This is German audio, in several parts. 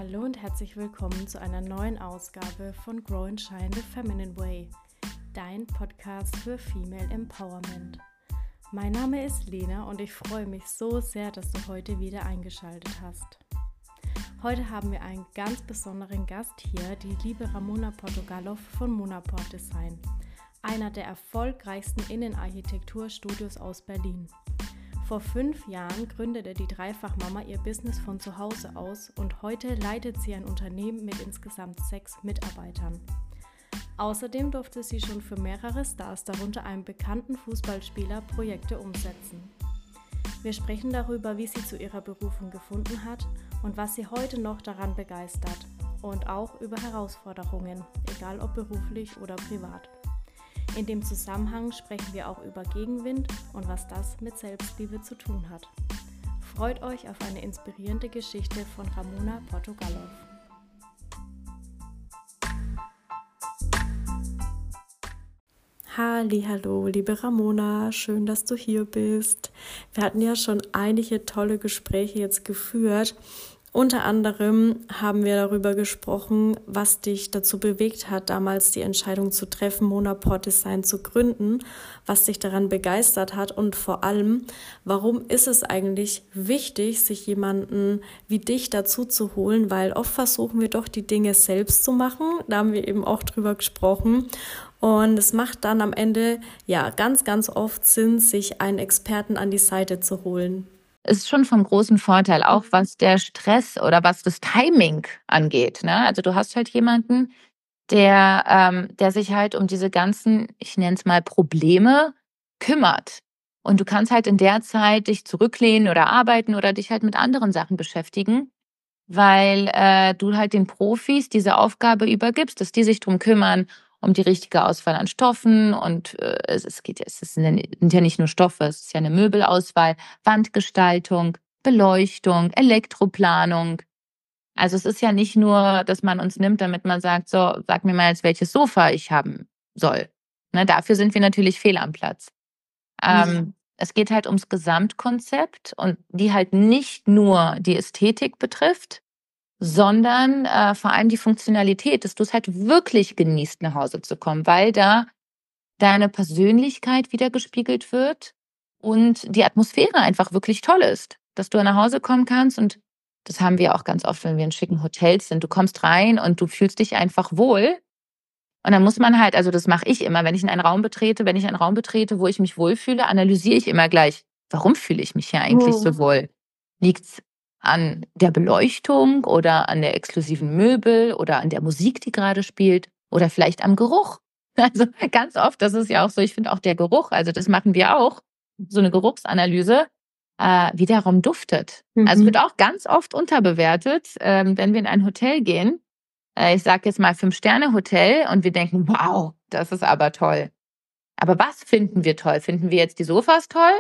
Hallo und herzlich willkommen zu einer neuen Ausgabe von Grow and Shine the Feminine Way, dein Podcast für Female Empowerment. Mein Name ist Lena und ich freue mich so sehr, dass du heute wieder eingeschaltet hast. Heute haben wir einen ganz besonderen Gast hier, die liebe Ramona Portogalov von Monaport Design, einer der erfolgreichsten Innenarchitekturstudios aus Berlin. Vor 5 Jahren gründete die Dreifachmama ihr Business von zu Hause aus und heute leitet sie ein Unternehmen mit insgesamt 6 Mitarbeitern. Außerdem durfte sie schon für mehrere Stars, darunter einen bekannten Fußballspieler, Projekte umsetzen. Wir sprechen darüber, wie sie zu ihrer Berufung gefunden hat und was sie heute noch daran begeistert und auch über Herausforderungen, egal ob beruflich oder privat. In dem Zusammenhang sprechen wir auch über Gegenwind und was das mit Selbstliebe zu tun hat. Freut euch auf eine inspirierende Geschichte von Ramona Portogalov. Hallo, liebe Ramona, schön, dass du hier bist. Wir hatten ja schon einige tolle Gespräche jetzt geführt. Unter anderem haben wir darüber gesprochen, was dich dazu bewegt hat, damals die Entscheidung zu treffen, Monaport Design zu gründen, was dich daran begeistert hat und vor allem, warum ist es eigentlich wichtig, sich jemanden wie dich dazu zu holen, weil oft versuchen wir doch die Dinge selbst zu machen, da haben wir eben auch drüber gesprochen und es macht dann am Ende ja ganz oft Sinn, sich einen Experten an die Seite zu holen. Ist schon vom großen Vorteil, auch was der Stress oder was das Timing angeht. Ne? Also du hast halt jemanden, der sich halt um diese ganzen, ich nenne es mal Probleme, kümmert. Und du kannst halt in der Zeit dich zurücklehnen oder arbeiten oder dich halt mit anderen Sachen beschäftigen, weil du halt den Profis diese Aufgabe übergibst, dass die sich drum kümmern, um die richtige Auswahl an Stoffen und es sind ja nicht nur Stoffe, es ist ja eine Möbelauswahl, Wandgestaltung, Beleuchtung, Elektroplanung. Also es ist ja nicht nur, dass man uns nimmt, damit man sagt, so, sag mir mal jetzt, welches Sofa ich haben soll. Ne, dafür sind wir natürlich fehl am Platz. Es geht halt ums Gesamtkonzept und die halt nicht nur die Ästhetik betrifft, sondern vor allem die Funktionalität, dass du es halt wirklich genießt, nach Hause zu kommen, weil da deine Persönlichkeit widergespiegelt wird und die Atmosphäre einfach wirklich toll ist, dass du nach Hause kommen kannst und das haben wir auch ganz oft, wenn wir in schicken Hotels sind. Du kommst rein und du fühlst dich einfach wohl und dann muss man halt, also das mache ich immer, wenn ich einen Raum betrete, wo ich mich wohlfühle, analysiere ich immer gleich, warum fühle ich mich hier eigentlich so wohl? Liegt's an der Beleuchtung oder an der exklusiven Möbel oder an der Musik, die gerade spielt oder vielleicht am Geruch. Also ganz oft, das ist ja auch so, ich finde auch der Geruch, also das machen wir auch, so eine Geruchsanalyse, wie der Raum duftet. Also wird auch ganz oft unterbewertet, wenn wir in ein Hotel gehen. Ich sage jetzt mal 5-Sterne-Hotel und wir denken, wow, das ist aber toll. Aber was finden wir toll? Finden wir jetzt die Sofas toll?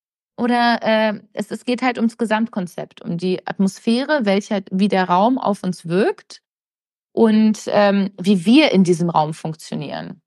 Oder es geht halt ums Gesamtkonzept, um die Atmosphäre, wie der Raum auf uns wirkt und wie wir in diesem Raum funktionieren.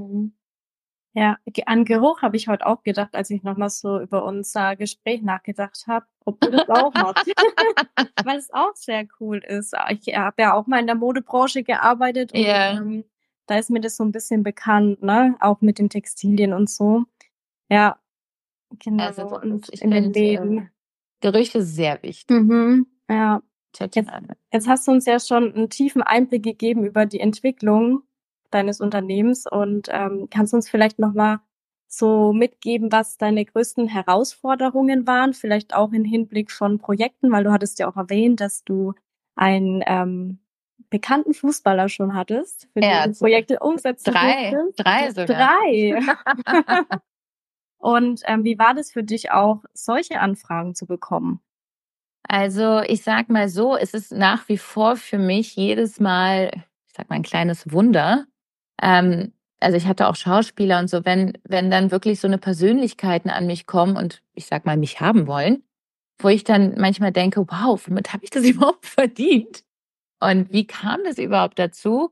Ja, an Geruch habe ich heute auch gedacht, als ich nochmal so über unser Gespräch nachgedacht habe, ob du das auch machst. Weil es auch sehr cool ist. Ich habe ja auch mal in der Modebranche gearbeitet und da ist mir das so ein bisschen bekannt, ne? Auch mit den Textilien und so. Ja, genau. Also und ich in den finde Läden. Gerüche sehr wichtig. Ja. Jetzt hast du uns ja schon einen tiefen Einblick gegeben über die Entwicklung deines Unternehmens und kannst uns vielleicht nochmal so mitgeben, was deine größten Herausforderungen waren, vielleicht auch im Hinblick von Projekten, weil du hattest ja auch erwähnt, dass du einen bekannten Fußballer schon hattest, für den du Projekte umsetzen durftest. 3 sogar. 3. Und wie war das für dich auch, solche Anfragen zu bekommen? Also ich sag mal so, es ist nach wie vor für mich jedes Mal, ich sag mal, ein kleines Wunder. Also ich hatte auch Schauspieler und so, wenn dann wirklich so eine Persönlichkeiten an mich kommen und ich sag mal, mich haben wollen, wo ich dann manchmal denke, wow, womit habe ich das überhaupt verdient? Und wie kam das überhaupt dazu?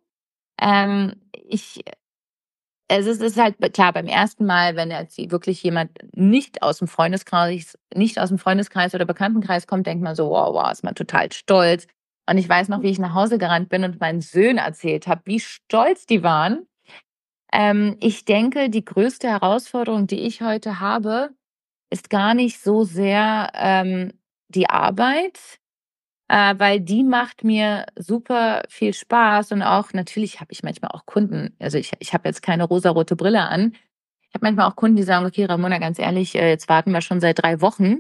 Es ist halt klar, beim ersten Mal, wenn jetzt wirklich jemand nicht aus dem Freundeskreis oder Bekanntenkreis kommt, denkt man so, wow, ist man total stolz. Und ich weiß noch, wie ich nach Hause gerannt bin und meinen Söhnen erzählt habe, wie stolz die waren. Ich denke, die größte Herausforderung, die ich heute habe, ist gar nicht so sehr die Arbeit, weil die macht mir super viel Spaß und auch natürlich habe ich manchmal auch Kunden. Also ich habe jetzt keine rosarote Brille an. Ich habe manchmal auch Kunden, die sagen, okay, Ramona, ganz ehrlich, jetzt warten wir schon seit 3 Wochen.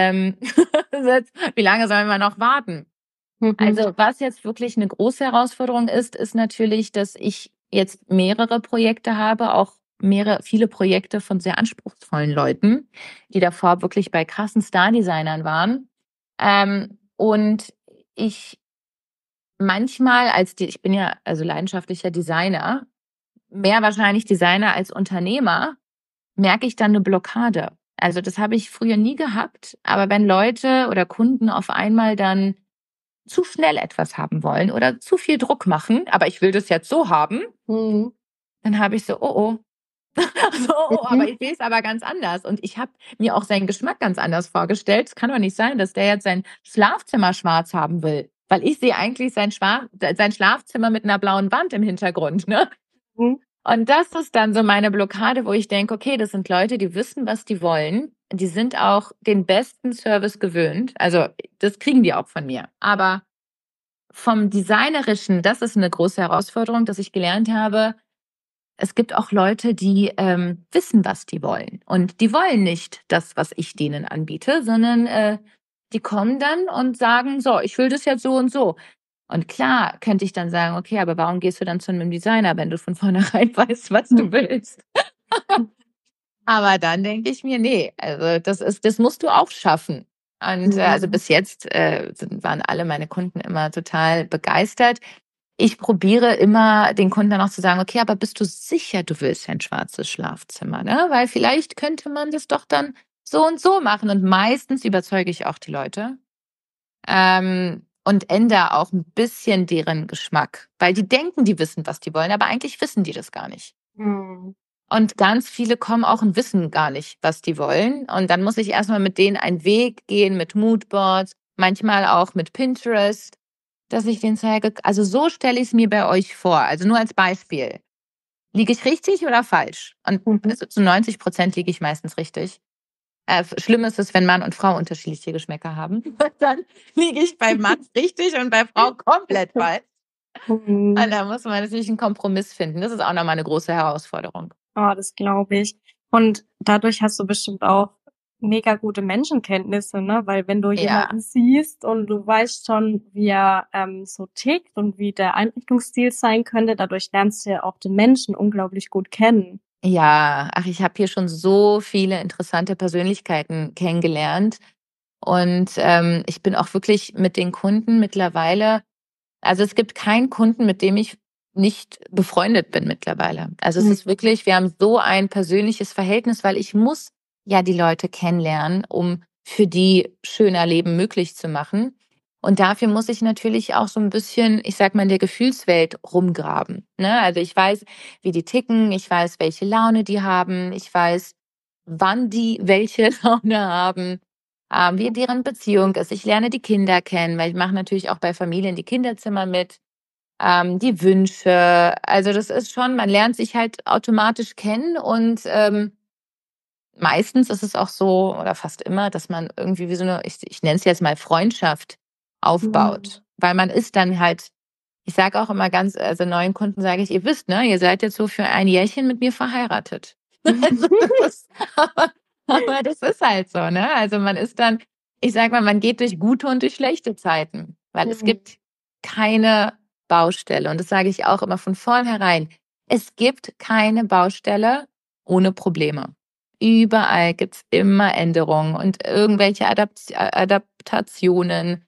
Wie lange sollen wir noch warten? Mhm. Also was jetzt wirklich eine große Herausforderung ist natürlich, dass ich jetzt mehrere Projekte habe, auch viele Projekte von sehr anspruchsvollen Leuten, die davor wirklich bei krassen Star-Designern waren. Und ich manchmal ich bin ja also leidenschaftlicher Designer, mehr wahrscheinlich Designer als Unternehmer, merke ich dann eine Blockade. Also, das habe ich früher nie gehabt, aber wenn Leute oder Kunden auf einmal dann zu schnell etwas haben wollen oder zu viel Druck machen, aber ich will das jetzt so haben, Mhm. dann habe ich so, oh, oh. So, oh, aber Mhm. ich sehe es aber ganz anders. Und ich habe mir auch seinen Geschmack ganz anders vorgestellt. Es kann doch nicht sein, dass der jetzt sein Schlafzimmer schwarz haben will. Weil ich sehe eigentlich sein Schlafzimmer mit einer blauen Wand im Hintergrund. Ne? Mhm. Und das ist dann so meine Blockade, wo ich denke, okay, das sind Leute, die wissen, was die wollen. Die sind auch den besten Service gewöhnt. Also das kriegen die auch von mir. Aber vom Designerischen, das ist eine große Herausforderung, dass ich gelernt habe, es gibt auch Leute, die wissen, was die wollen. Und die wollen nicht das, was ich denen anbiete, sondern die kommen dann und sagen, so, ich will das jetzt so und so. Und klar könnte ich dann sagen, okay, aber warum gehst du dann zu einem Designer, wenn du von vornherein weißt, was du willst? Aber dann denke ich mir, nee, also das musst du auch schaffen. Und also Mhm. bis jetzt waren alle meine Kunden immer total begeistert. Ich probiere immer den Kunden dann auch zu sagen, okay, aber bist du sicher, du willst ein schwarzes Schlafzimmer, ne? Weil vielleicht könnte man das doch dann so und so machen. Und meistens überzeuge ich auch die Leute und ändere auch ein bisschen deren Geschmack, weil die denken, die wissen, was die wollen, aber eigentlich wissen die das gar nicht. Mhm. Und ganz viele kommen auch und wissen gar nicht, was die wollen. Und dann muss ich erstmal mit denen einen Weg gehen, mit Moodboards, manchmal auch mit Pinterest, dass ich denen zeige, also so stelle ich es mir bei euch vor. Also nur als Beispiel. Liege ich richtig oder falsch? Und Mhm. also zu 90% liege ich meistens richtig. Schlimm ist es, wenn Mann und Frau unterschiedliche Geschmäcker haben. Dann liege ich bei Mann richtig und bei Frau komplett falsch. Und Mhm. da muss man natürlich einen Kompromiss finden. Das ist auch nochmal eine große Herausforderung. Oh, das glaube ich. Und dadurch hast du bestimmt auch mega gute Menschenkenntnisse, ne? Weil wenn du Ja, jemanden siehst und du weißt schon, wie er so tickt und wie der Einrichtungsstil sein könnte, dadurch lernst du ja auch den Menschen unglaublich gut kennen. ja. Ach, ich habe hier schon so viele interessante Persönlichkeiten kennengelernt. Und ich bin auch wirklich mit den Kunden mittlerweile, also es gibt keinen Kunden, mit dem ich nicht befreundet bin mittlerweile. Also es ist Mhm. wirklich, wir haben so ein persönliches Verhältnis, weil ich muss ja die Leute kennenlernen, um für die schöner Leben möglich zu machen. Und dafür muss ich natürlich auch so ein bisschen, ich sag mal, in der Gefühlswelt rumgraben. Ne? Also ich weiß, wie die ticken, ich weiß, welche Laune die haben, ich weiß, wann die welche Laune haben, wie deren Beziehung ist. Ich lerne die Kinder kennen, weil ich mache natürlich auch bei Familien die Kinderzimmer mit, die Wünsche. Also das ist schon, man lernt sich halt automatisch kennen und meistens ist es auch so, oder fast immer, dass man irgendwie wie so eine, ich nenne es jetzt mal Freundschaft Mhm. aufbaut. Weil man ist dann halt, ich sage auch immer ganz, also neuen Kunden sage ich, ihr wisst, ne, ihr seid jetzt so für ein Jährchen mit mir verheiratet. Also das ist, aber das ist halt so, ne? Also man ist dann, ich sage mal, man geht durch gute und durch schlechte Zeiten, weil es Mhm. gibt keine Baustelle. Und das sage ich auch immer von vornherein. Es gibt keine Baustelle ohne Probleme. Überall gibt's immer Änderungen und irgendwelche Adaptationen,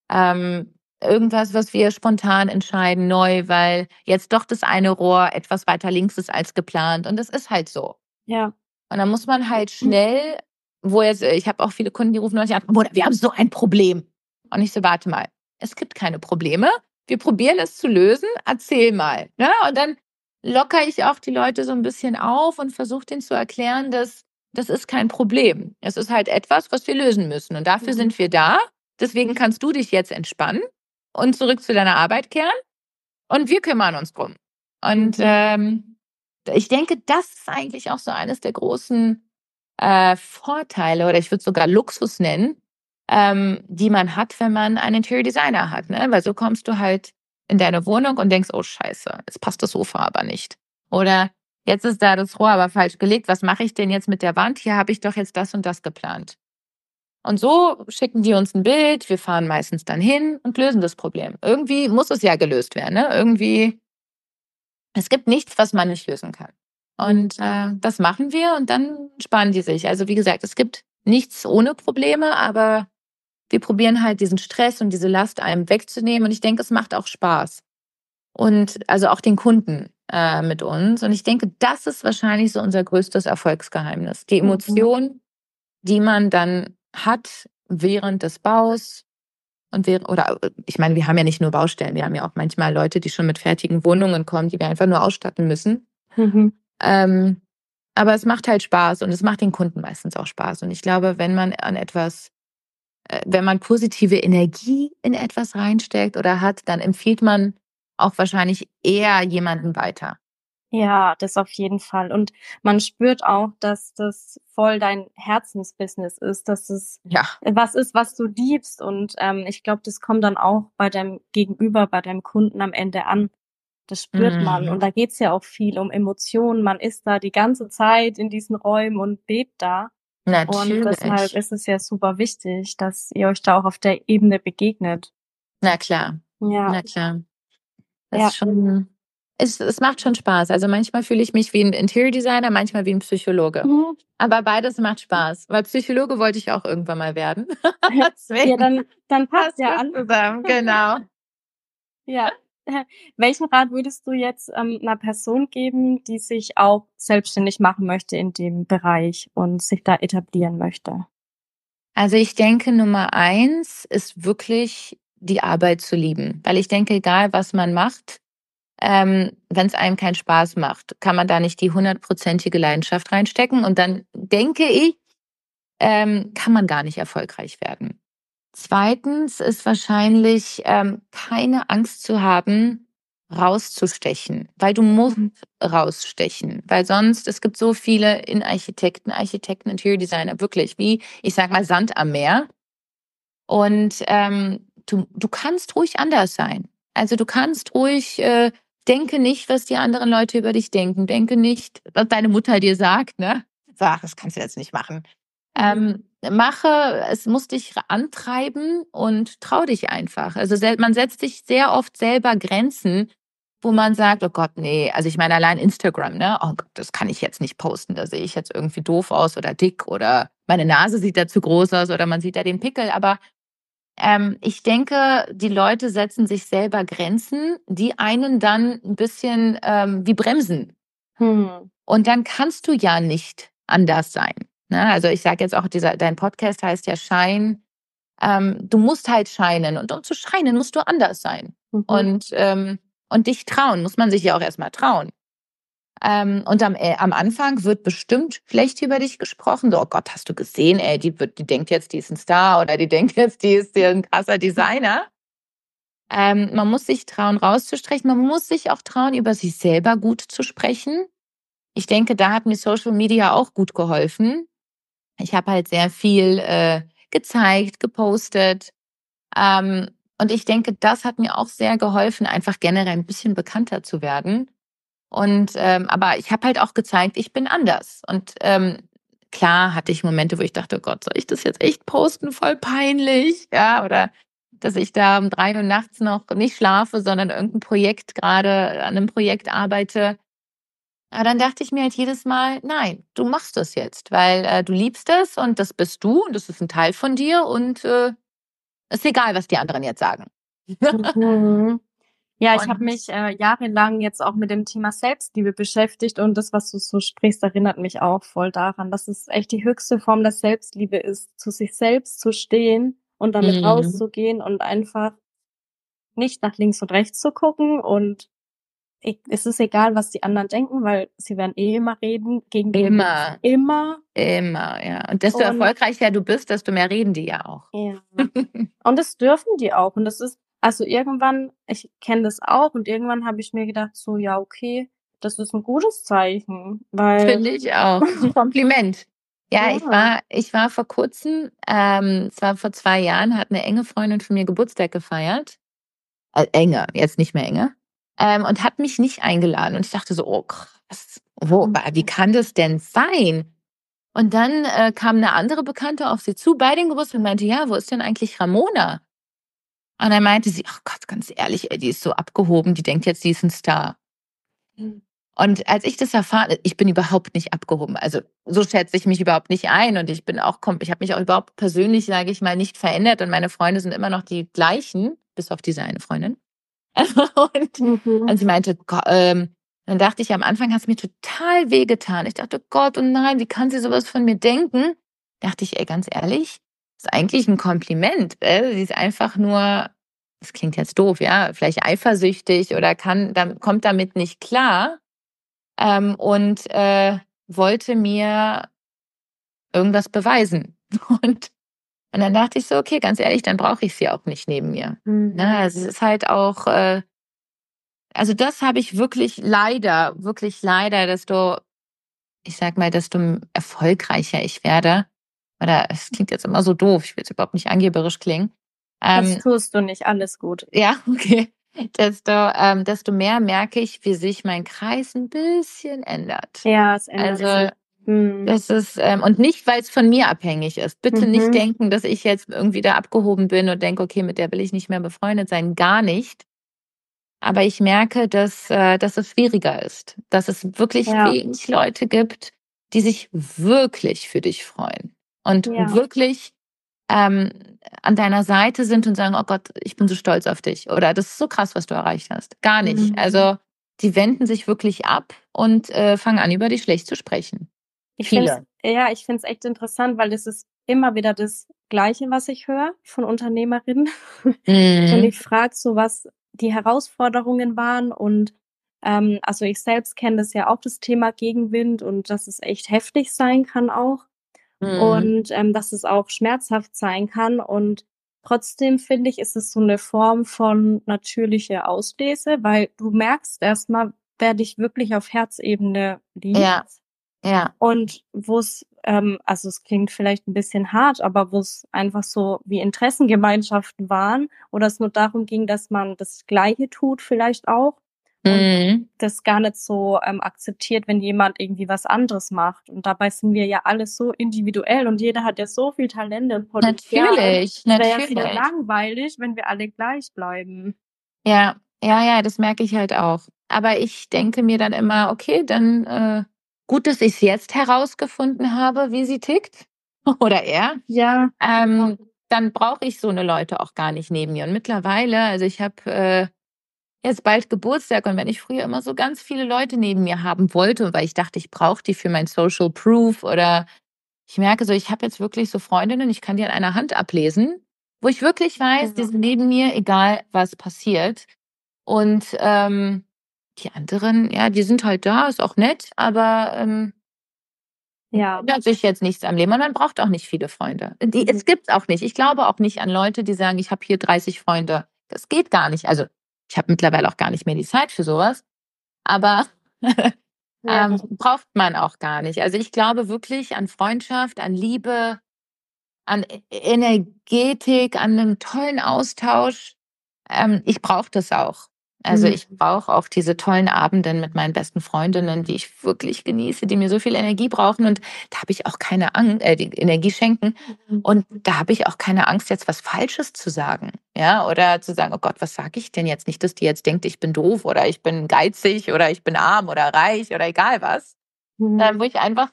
irgendwas, was wir spontan entscheiden, neu, weil jetzt doch das eine Rohr etwas weiter links ist als geplant. Und das ist halt so. Ja. Und dann muss man halt schnell, wo jetzt, ich habe auch viele Kunden, die rufen neulich an, "Mona, wir haben so ein Problem." Und ich so, warte mal, es gibt keine Probleme. Wir probieren es zu lösen. Erzähl mal. Ne? Und dann lockere ich auch die Leute so ein bisschen auf und versuche denen zu erklären, dass das ist kein Problem. Es ist halt etwas, was wir lösen müssen. Und dafür Mhm. sind wir da. Deswegen kannst du dich jetzt entspannen. und zurück zu deiner Arbeit kehren und wir kümmern uns drum. Und ich denke, das ist eigentlich auch so eines der großen Vorteile oder ich würde sogar Luxus nennen, die man hat, wenn man einen Interior Designer hat. Ne? Weil so kommst du halt in deine Wohnung und denkst, oh Scheiße, jetzt passt das Sofa aber nicht. Oder jetzt ist da das Rohr aber falsch gelegt. Was mache ich denn jetzt mit der Wand? Hier habe ich doch jetzt das und das geplant. Und so schicken die uns ein Bild. Wir fahren meistens dann hin und lösen das Problem. Irgendwie muss es ja gelöst werden. Ne? Irgendwie, es gibt nichts, was man nicht lösen kann. Und das machen wir und dann sparen die sich. Also wie gesagt, es gibt nichts ohne Probleme, aber wir probieren halt diesen Stress und diese Last einem wegzunehmen. Und ich denke, es macht auch Spaß. Und also auch den Kunden mit uns. Und ich denke, das ist wahrscheinlich so unser größtes Erfolgsgeheimnis. Die Emotion, die man dann hat während des Baus. Oder ich meine, wir haben ja nicht nur Baustellen, wir haben ja auch manchmal Leute, die schon mit fertigen Wohnungen kommen, die wir einfach nur ausstatten müssen. Aber es macht halt Spaß und es macht den Kunden meistens auch Spaß. Und ich glaube, wenn man wenn man positive Energie in etwas reinsteckt oder hat, dann empfiehlt man auch wahrscheinlich eher jemanden weiter. Ja, das auf jeden Fall. Und man spürt auch, dass das voll dein Herzensbusiness ist, dass es was ist, was du liebst. Und ich glaube, das kommt dann auch bei deinem Gegenüber, bei deinem Kunden am Ende an. Das spürt man. Und da geht's ja auch viel um Emotionen. Man ist da die ganze Zeit in diesen Räumen und bebt da. Natürlich. Und deshalb ist es ja super wichtig, dass ihr euch da auch auf der Ebene begegnet. Na klar. Ja. Na klar. Das ist schon, es macht schon Spaß. Also manchmal fühle ich mich wie ein Interior Designer, manchmal wie ein Psychologe. Aber beides macht Spaß, weil Psychologe wollte ich auch irgendwann mal werden. Ja, dann passt ja alles zusammen. Genau. Ja. Welchen Rat würdest du jetzt einer Person geben, die sich auch selbstständig machen möchte in dem Bereich und sich da etablieren möchte? Also ich denke, Nummer 1 ist wirklich die Arbeit zu lieben. Weil ich denke, egal was man macht, wenn es einem keinen Spaß macht, kann man da nicht die 100%ige Leidenschaft reinstecken. Und dann denke ich, kann man gar nicht erfolgreich werden. Zweitens ist wahrscheinlich keine Angst zu haben, rauszustechen, weil du musst rausstechen, weil sonst, es gibt so viele Architekten, Interior Designer, wirklich wie, ich sag mal, Sand am Meer. Und du kannst ruhig anders sein. Also du kannst ruhig, denke nicht, was die anderen Leute über dich denken. Denke nicht, was deine Mutter dir sagt, ne? Sag, das kannst du jetzt nicht machen. Es muss dich antreiben und trau dich einfach. Also man setzt sich sehr oft selber Grenzen, wo man sagt, oh Gott, nee, also ich meine allein Instagram, ne? Oh Gott, das kann ich jetzt nicht posten, da sehe ich jetzt irgendwie doof aus oder dick oder meine Nase sieht da zu groß aus oder man sieht da den Pickel, aber ich denke, die Leute setzen sich selber Grenzen, die einen dann ein bisschen wie bremsen. Und dann kannst du ja nicht anders sein. Ne? Also ich sage jetzt auch, dein Podcast heißt ja Schein. Du musst halt scheinen. Und um zu scheinen, musst du anders sein. Und dich trauen, muss man sich ja auch erstmal trauen. Und am Anfang wird bestimmt schlecht über dich gesprochen. So, oh Gott, hast du gesehen, ey, die denkt jetzt, die ist ein Star oder die denkt jetzt, die ist ein krasser Designer. Man muss sich trauen, rauszustrechen. Man muss sich auch trauen, über sich selber gut zu sprechen. Ich denke, da hat mir Social Media auch gut geholfen. Ich habe halt sehr viel gezeigt, gepostet. Und ich denke, das hat mir auch sehr geholfen, einfach generell ein bisschen bekannter zu werden. Und aber ich habe halt auch gezeigt, ich bin anders. Und klar hatte ich Momente, wo ich dachte, oh Gott, soll ich das jetzt echt posten? Voll peinlich. Ja, oder dass ich da um 3 Uhr nachts noch nicht schlafe, sondern irgendein Projekt gerade an einem Projekt arbeite. Aber dann dachte ich mir halt jedes Mal, nein, du machst das jetzt, weil du liebst es und das bist du und das ist ein Teil von dir und ist egal, was die anderen jetzt sagen. Ja, ich habe mich jahrelang jetzt auch mit dem Thema Selbstliebe beschäftigt und das, was du so sprichst, erinnert mich auch voll daran, dass es echt die höchste Form der Selbstliebe ist, zu sich selbst zu stehen und damit rauszugehen und einfach nicht nach links und rechts zu gucken und es ist egal, was die anderen denken, weil sie werden immer reden gegen immer, ja. Und desto erfolgreicher du bist, desto mehr reden die ja auch. Ja. Und das dürfen die auch. Und das ist Also irgendwann, ich kenne das auch und irgendwann habe ich mir gedacht, so, ja, okay, das ist ein gutes Zeichen, weil Finde ich auch. Ist 'n Kompliment. Ja, ich ja. war ich war vor Kurzem, es war vor 2 Jahren, hat 'ne enge Freundin von mir Geburtstag gefeiert. Enge, jetzt nicht mehr enge. Und hat mich nicht eingeladen. Und ich dachte so: „Oh krass, wie Mhm. kann das denn sein?“ Und dann, kam 'ne andere Bekannte auf sie zu bei den Geburtstag und meinte: „Ja, wo ist denn eigentlich Ramona?“ Und dann meinte sie: „Ach Gott, ganz ehrlich, ey, die ist so abgehoben, die denkt jetzt, sie ist 'n Star.“ Mhm. Und als ich das erfahren ich bin überhaupt nicht abgehoben. Also, so schätze ich mich überhaupt nicht ein und ich habe mich auch überhaupt persönlich, sage ich mal, nicht verändert und meine Freunde sind immer noch die gleichen, bis auf diese eine Freundin. Und Mhm. und sie meinte: dann dachte ich am Anfang hat's mir total wehgetan. Ich dachte: „Gott, oh nein, wie kann sie so was von mir denken?“ Dachte ich: „Ey, ganz ehrlich, ist eigentlich 'n Kompliment, sie ist einfach nur“ das klingt jetzt doof, ja, vielleicht eifersüchtig oder kommt damit nicht klar, und, wollte mir irgendwas beweisen. Und und dann dachte ich so: „Okay, ganz ehrlich, dann brauche ich sie auch nicht neben mir.“ Ne, Mhm. also, es ist halt auch, also, das habe ich wirklich leider, ich sage mal, desto erfolgreicher ich werde oder es klingt jetzt immer so doof, ich will jetzt überhaupt nicht angeberisch klingen. Das Ähm, tust du nicht, alles gut. ja, okay. Desto mehr merke ich, wie sich mein Kreis ein bisschen ändert. Ja, es ändert Also, sich. Mhm. das ist und nicht, weil es von mir abhängig ist. Bitte nicht Mhm. denken, dass ich jetzt irgendwie da abgehoben bin und denke: „Okay, mit der will ich nicht mehr befreundet sein.“ Gar nicht. Aber ich merke, dass es schwieriger ist, dass es wirklich Ja, wenig Leute gibt, die sich wirklich für dich freuen und ja. wirklich, ähm, an deiner Seite sind und sagen: „Oh Gott, ich bin so stolz auf dich“ oder „Das ist so krass, was du erreicht hast.“ Gar nicht. Mhm. Also, die wenden sich wirklich ab und, fangen an, über dich schlecht zu sprechen. Ich finde es Viele. ja, ich finde es echt interessant, weil das ist immer wieder das Gleiche, was ich höre von Unternehmerinnen. Und Mhm. ich frage so, was die Herausforderungen waren und, also, ich selbst kenne das ja auch, das Thema Gegenwind und dass es echt heftig sein kann auch Mhm. und, dass es auch schmerzhaft sein kann und trotzdem finde ich, ist es so 'ne Form von natürlicher Auslese, weil du merkst erst mal, wer dich wirklich auf Herzebene liebt. Ja, ja. Und wo's, also, es klingt vielleicht 'n bisschen hart, aber wo's einfach so wie Interessengemeinschaften waren oder es nur darum ging, dass man das Gleiche tut vielleicht auch und Mhm. das gar nicht so, akzeptiert, wenn jemand irgendwie was anderes macht. Und dabei sind wir ja alle so individuell und jeder hat ja so viel Talente und Potenzial. Natürlich, Es wäre ja so natürlich. langweilig, wenn wir alle gleich bleiben. Ja, ja, ja, das merke ich halt auch. Aber ich denke mir dann immer: „Okay, dann, gut, dass ich's jetzt herausgefunden habe, wie sie tickt oder er. Ja, genau. Ähm, Dann brauche ich so 'ne Leute auch gar nicht neben mir.“ Und mittlerweile also, ich habe, jetzt bald Geburtstag und wenn ich früher immer so ganz viele Leute neben mir haben wollte, weil ich dachte, ich brauche die für mein Social Proof oder ich merke so, ich habe jetzt wirklich so Freundinnen, ich kann die an einer Hand ablesen, wo ich wirklich weiß, die Ja. sind neben mir, egal was passiert. Und, die anderen, ja, die sind halt da, ist auch nett, aber, Ja. ändert sich jetzt nichts am Leben und man braucht auch nicht viele Freunde. Mhm. Es gibt's auch nicht. Ich glaube auch nicht an Leute, die sagen: „Ich habe hier 30 Freunde.“ Das geht gar nicht. Also, ich habe mittlerweile auch gar nicht mehr die Zeit für sowas, aber, Ja. braucht man auch gar nicht. Also, ich glaube wirklich an Freundschaft, an Liebe, an Energetik, an 'nem tollen Austausch. Ich brauche das auch. Also, Mhm. ich brauche auch diese tollen Abenden mit meinen besten Freundinnen, die ich wirklich genieße, die mir so viel Energie brauchen und da habe ich auch keine Angst, die Energie schenken Mhm. und da habe ich auch keine Angst, jetzt was Falsches zu sagen, ja, oder zu sagen: „Oh Gott, was sage ich denn jetzt?“ Nicht, dass die jetzt denkt, ich bin doof oder ich bin geizig oder ich bin arm oder reich oder egal was, Mhm. wo ich einfach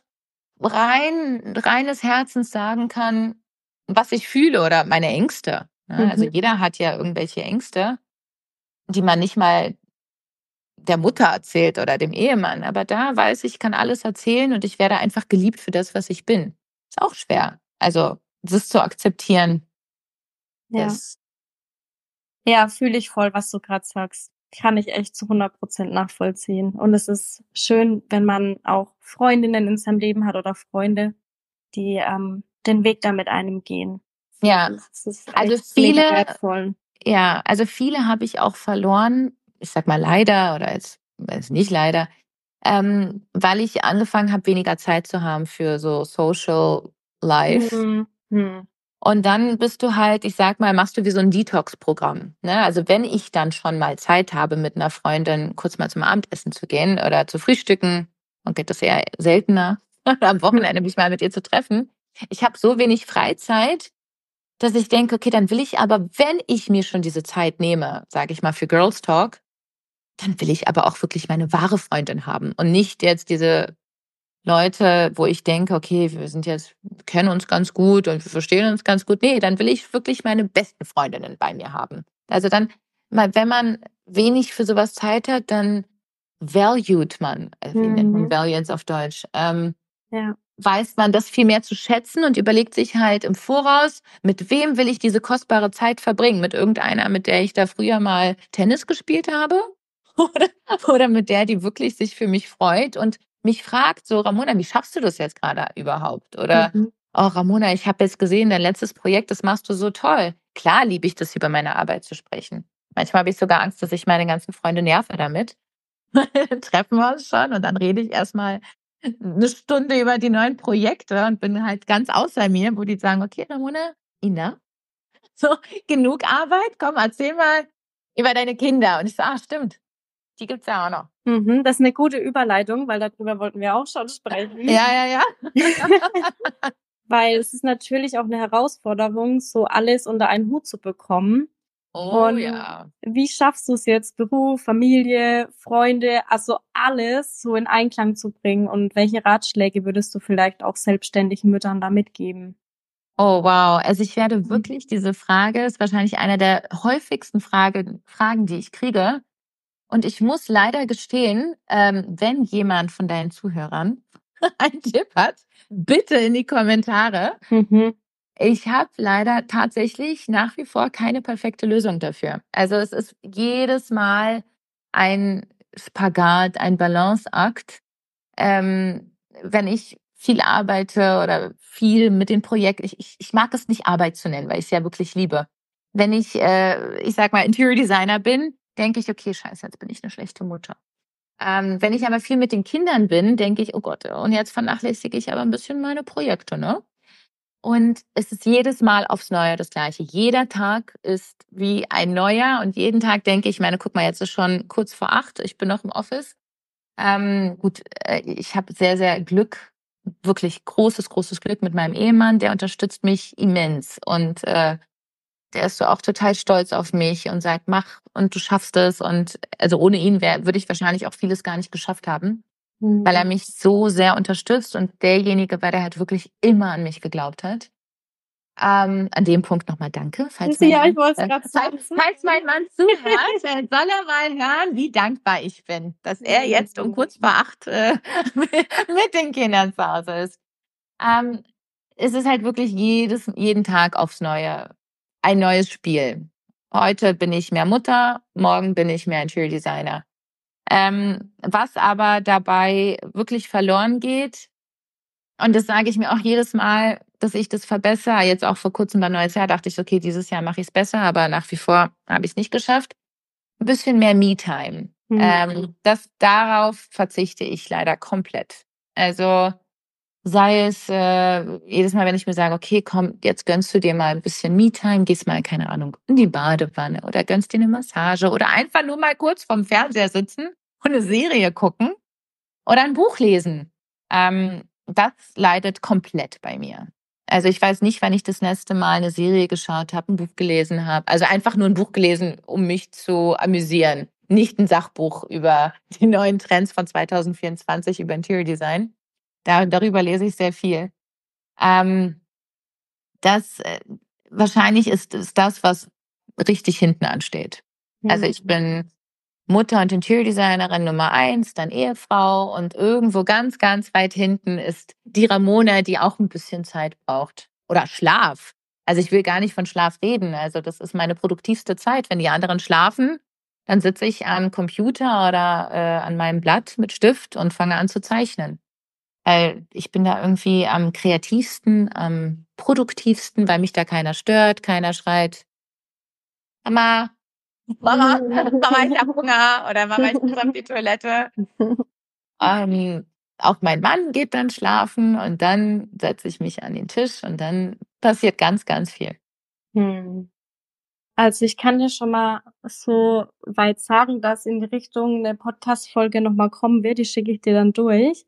reines Herzens sagen kann, was ich fühle oder meine Ängste, ne? Also, Mhm. jeder hat ja irgendwelche Ängste, die man nicht mal der Mutter erzählt oder dem Ehemann, aber da weiß ich, ich kann alles erzählen und ich werde einfach geliebt für das, was ich bin. Ist auch schwer. Also, das zu akzeptieren, Ja. ist Ja, fühle ich voll, was du grad sagst. Kann ich echt zu 100% nachvollziehen. Und es ist schön, wenn man auch Freundinnen in seinem Leben hat oder Freunde, die, den Weg da mit einem gehen. ja. Das ist Also, echt mega wertvoll. Ja, also viele habe ich auch verloren, ich sag mal leider oder jetzt nicht leider, weil ich angefangen habe, weniger Zeit zu haben für so Social Life. Mhm. Mhm. Und dann bist du halt, ich sag mal, machst du wie so ein Detox-Programm, ne? Also, wenn ich dann schon mal Zeit habe, mit einer Freundin kurz mal zum Abendessen zu gehen oder zu frühstücken, und geht das eher seltener, am Wochenende mich mal mit ihr zu treffen. Ich habe so wenig Freizeit, dass ich denke: „Okay, dann will ich aber, wenn ich mir schon diese Zeit nehme, sage ich mal, für Girls Talk, dann will ich aber auch wirklich meine wahre Freundin haben und nicht jetzt diese Leute, wo ich denke: „Okay, wir kennen uns ganz gut und wir verstehen uns ganz gut.“ Ne, dann will ich wirklich meine besten Freundinnen bei mir haben. Also, dann wenn man wenig für sowas Zeit hat, dann valued man wie nennt man Mhm. Values auf Deutsch? Ja. Weiß man das viel mehr zu schätzen und überlegt sich halt im Voraus, mit wem will ich diese kostbare Zeit verbringen? Mit irgendeiner, mit der ich da früher mal Tennis gespielt habe? Oder, oder mit der, die wirklich sich für mich freut und mich fragt, so, Ramona, wie schaffst du das jetzt gerade überhaupt? Oder, Mhm. oh, Ramona, ich habe jetzt gesehen, dein letztes Projekt, das machst du so toll. Klar liebe ich das, über meine Arbeit zu sprechen. Manchmal habe ich sogar Angst, dass ich meine ganzen Freunde nerve damit. Treffen wir uns schon und dann rede ich erstmal eine Stunde über die neuen Projekte und bin halt ganz außer mir, wo die sagen: „Okay, Ramona, enough, so, genug Arbeit. Komm, erzähl mal über deine Kinder.“ Und ich so: „Ah, stimmt, die gibt's ja auch noch.“ Mhm. Das ist eine gute Überleitung, weil darüber wollten wir auch schon sprechen. Ja, ja, ja. Weil es ist natürlich auch eine Herausforderung, so alles unter einen Hut zu bekommen. Oh Und ja. wie schaffst du es jetzt, Beruf, Familie, Freunde, also alles so in Einklang zu bringen? Und welche Ratschläge würdest du vielleicht auch selbstständigen Müttern da mitgeben? Oh, wow. Also, ich werde wirklich diese Frage ist wahrscheinlich einer der häufigsten Fragen, die ich kriege. Und ich muss leider gestehen, wenn jemand von deinen Zuhörern einen Tipp hat, bitte in die Kommentare. Mhm. Ich habe leider tatsächlich nach wie vor keine perfekte Lösung dafür. Also, es ist jedes Mal ein Spagat, ein Balanceakt. Wenn ich viel arbeite oder viel mit den Projekten, ich mag es nicht Arbeit zu nennen, weil ich es ja wirklich liebe. Wenn ich sage mal, Interior Designer bin, denke ich: „Okay, scheiße, jetzt bin ich eine schlechte Mutter.“ wenn ich aber viel mit den Kindern bin, denke ich: „Oh Gott, und jetzt vernachlässige ich aber ein bisschen meine Projekte“, ne? Und es ist jedes Mal aufs Neue das Gleiche. Jeder Tag ist wie ein neuer und jeden Tag denke ich, meine, guck mal, jetzt ist schon kurz vor 8, ich bin noch im Office. Gut, ich habe sehr, sehr Glück, wirklich großes, großes Glück mit meinem Ehemann, der unterstützt mich immens und der ist so auch total stolz auf mich und sagt: „Mach und du schaffst es.“ Und also ohne ihn würde ich wahrscheinlich auch vieles gar nicht geschafft haben, weil er Mhm. mich so sehr unterstützt und derjenige war, der halt wirklich immer an mich geglaubt hat. An dem Punkt nochmal danke, Ja, ich wollte es gerade sagen. falls mein Mann zuhört, soll er mal hören, wie dankbar ich bin, dass er jetzt um Mhm. kurz vor 8 mit den Kindern zu Hause ist. Ähm, es ist halt wirklich jeden Tag aufs Neue ein neues Spiel. Heute bin ich mehr Mutter, morgen bin ich mehr Interior Designer. Was aber dabei wirklich verloren geht, und das sage ich mir auch jedes Mal, dass ich das verbessere. Jetzt auch vor Kurzem beim neues Jahr dachte ich: „Okay, dieses Jahr mache ich es besser“, aber nach wie vor habe ich es nicht geschafft. Ein bisschen mehr Me-Time. Mhm. Darauf verzichte ich leider komplett. Also, sei es, jedes Mal, wenn ich mir sage: „Okay, komm, jetzt gönnst du dir mal ein bisschen Me-Time, gehst mal, keine Ahnung, in die Badewanne oder gönnst dir eine Massage oder einfach nur mal kurz vorm Fernseher sitzen und eine Serie gucken oder ein Buch lesen.“ Das leidet komplett bei mir. Also, ich weiß nicht, wann ich das letzte Mal eine Serie geschaut habe, ein Buch gelesen habe. Also, einfach nur ein Buch gelesen, um mich zu amüsieren, nicht ein Sachbuch über die neuen Trends von 2024 über Interior Design. Darüber lese ich sehr viel. Ähm, das wahrscheinlich ist das, was richtig hinten ansteht. Also, ich Mhm. bin Mutter und Interior-Designerin Nummer eins, dann Ehefrau und irgendwo ganz, ganz weit hinten ist die Ramona, die auch ein bisschen Zeit braucht. Oder Schlaf. Also, ich will gar nicht von Schlaf reden. Also, das ist meine produktivste Zeit. Wenn die anderen schlafen, dann sitze ich am Computer oder, an meinem Blatt mit Stift und fange an zu zeichnen. Weil ich bin da irgendwie am kreativsten, am produktivsten, weil mich da keiner stört, keiner schreit. Mama, Mama, Mama, ich habe Hunger oder Mama, ich muss auf die Toilette. Auch mein Mann geht dann schlafen und dann setze ich mich an den Tisch und dann passiert ganz, ganz viel. Hm. Also ich kann dir schon mal so weit sagen, dass in die Richtung eine Podcast-Folge noch mal kommen wird. Die schicke ich dir dann durch.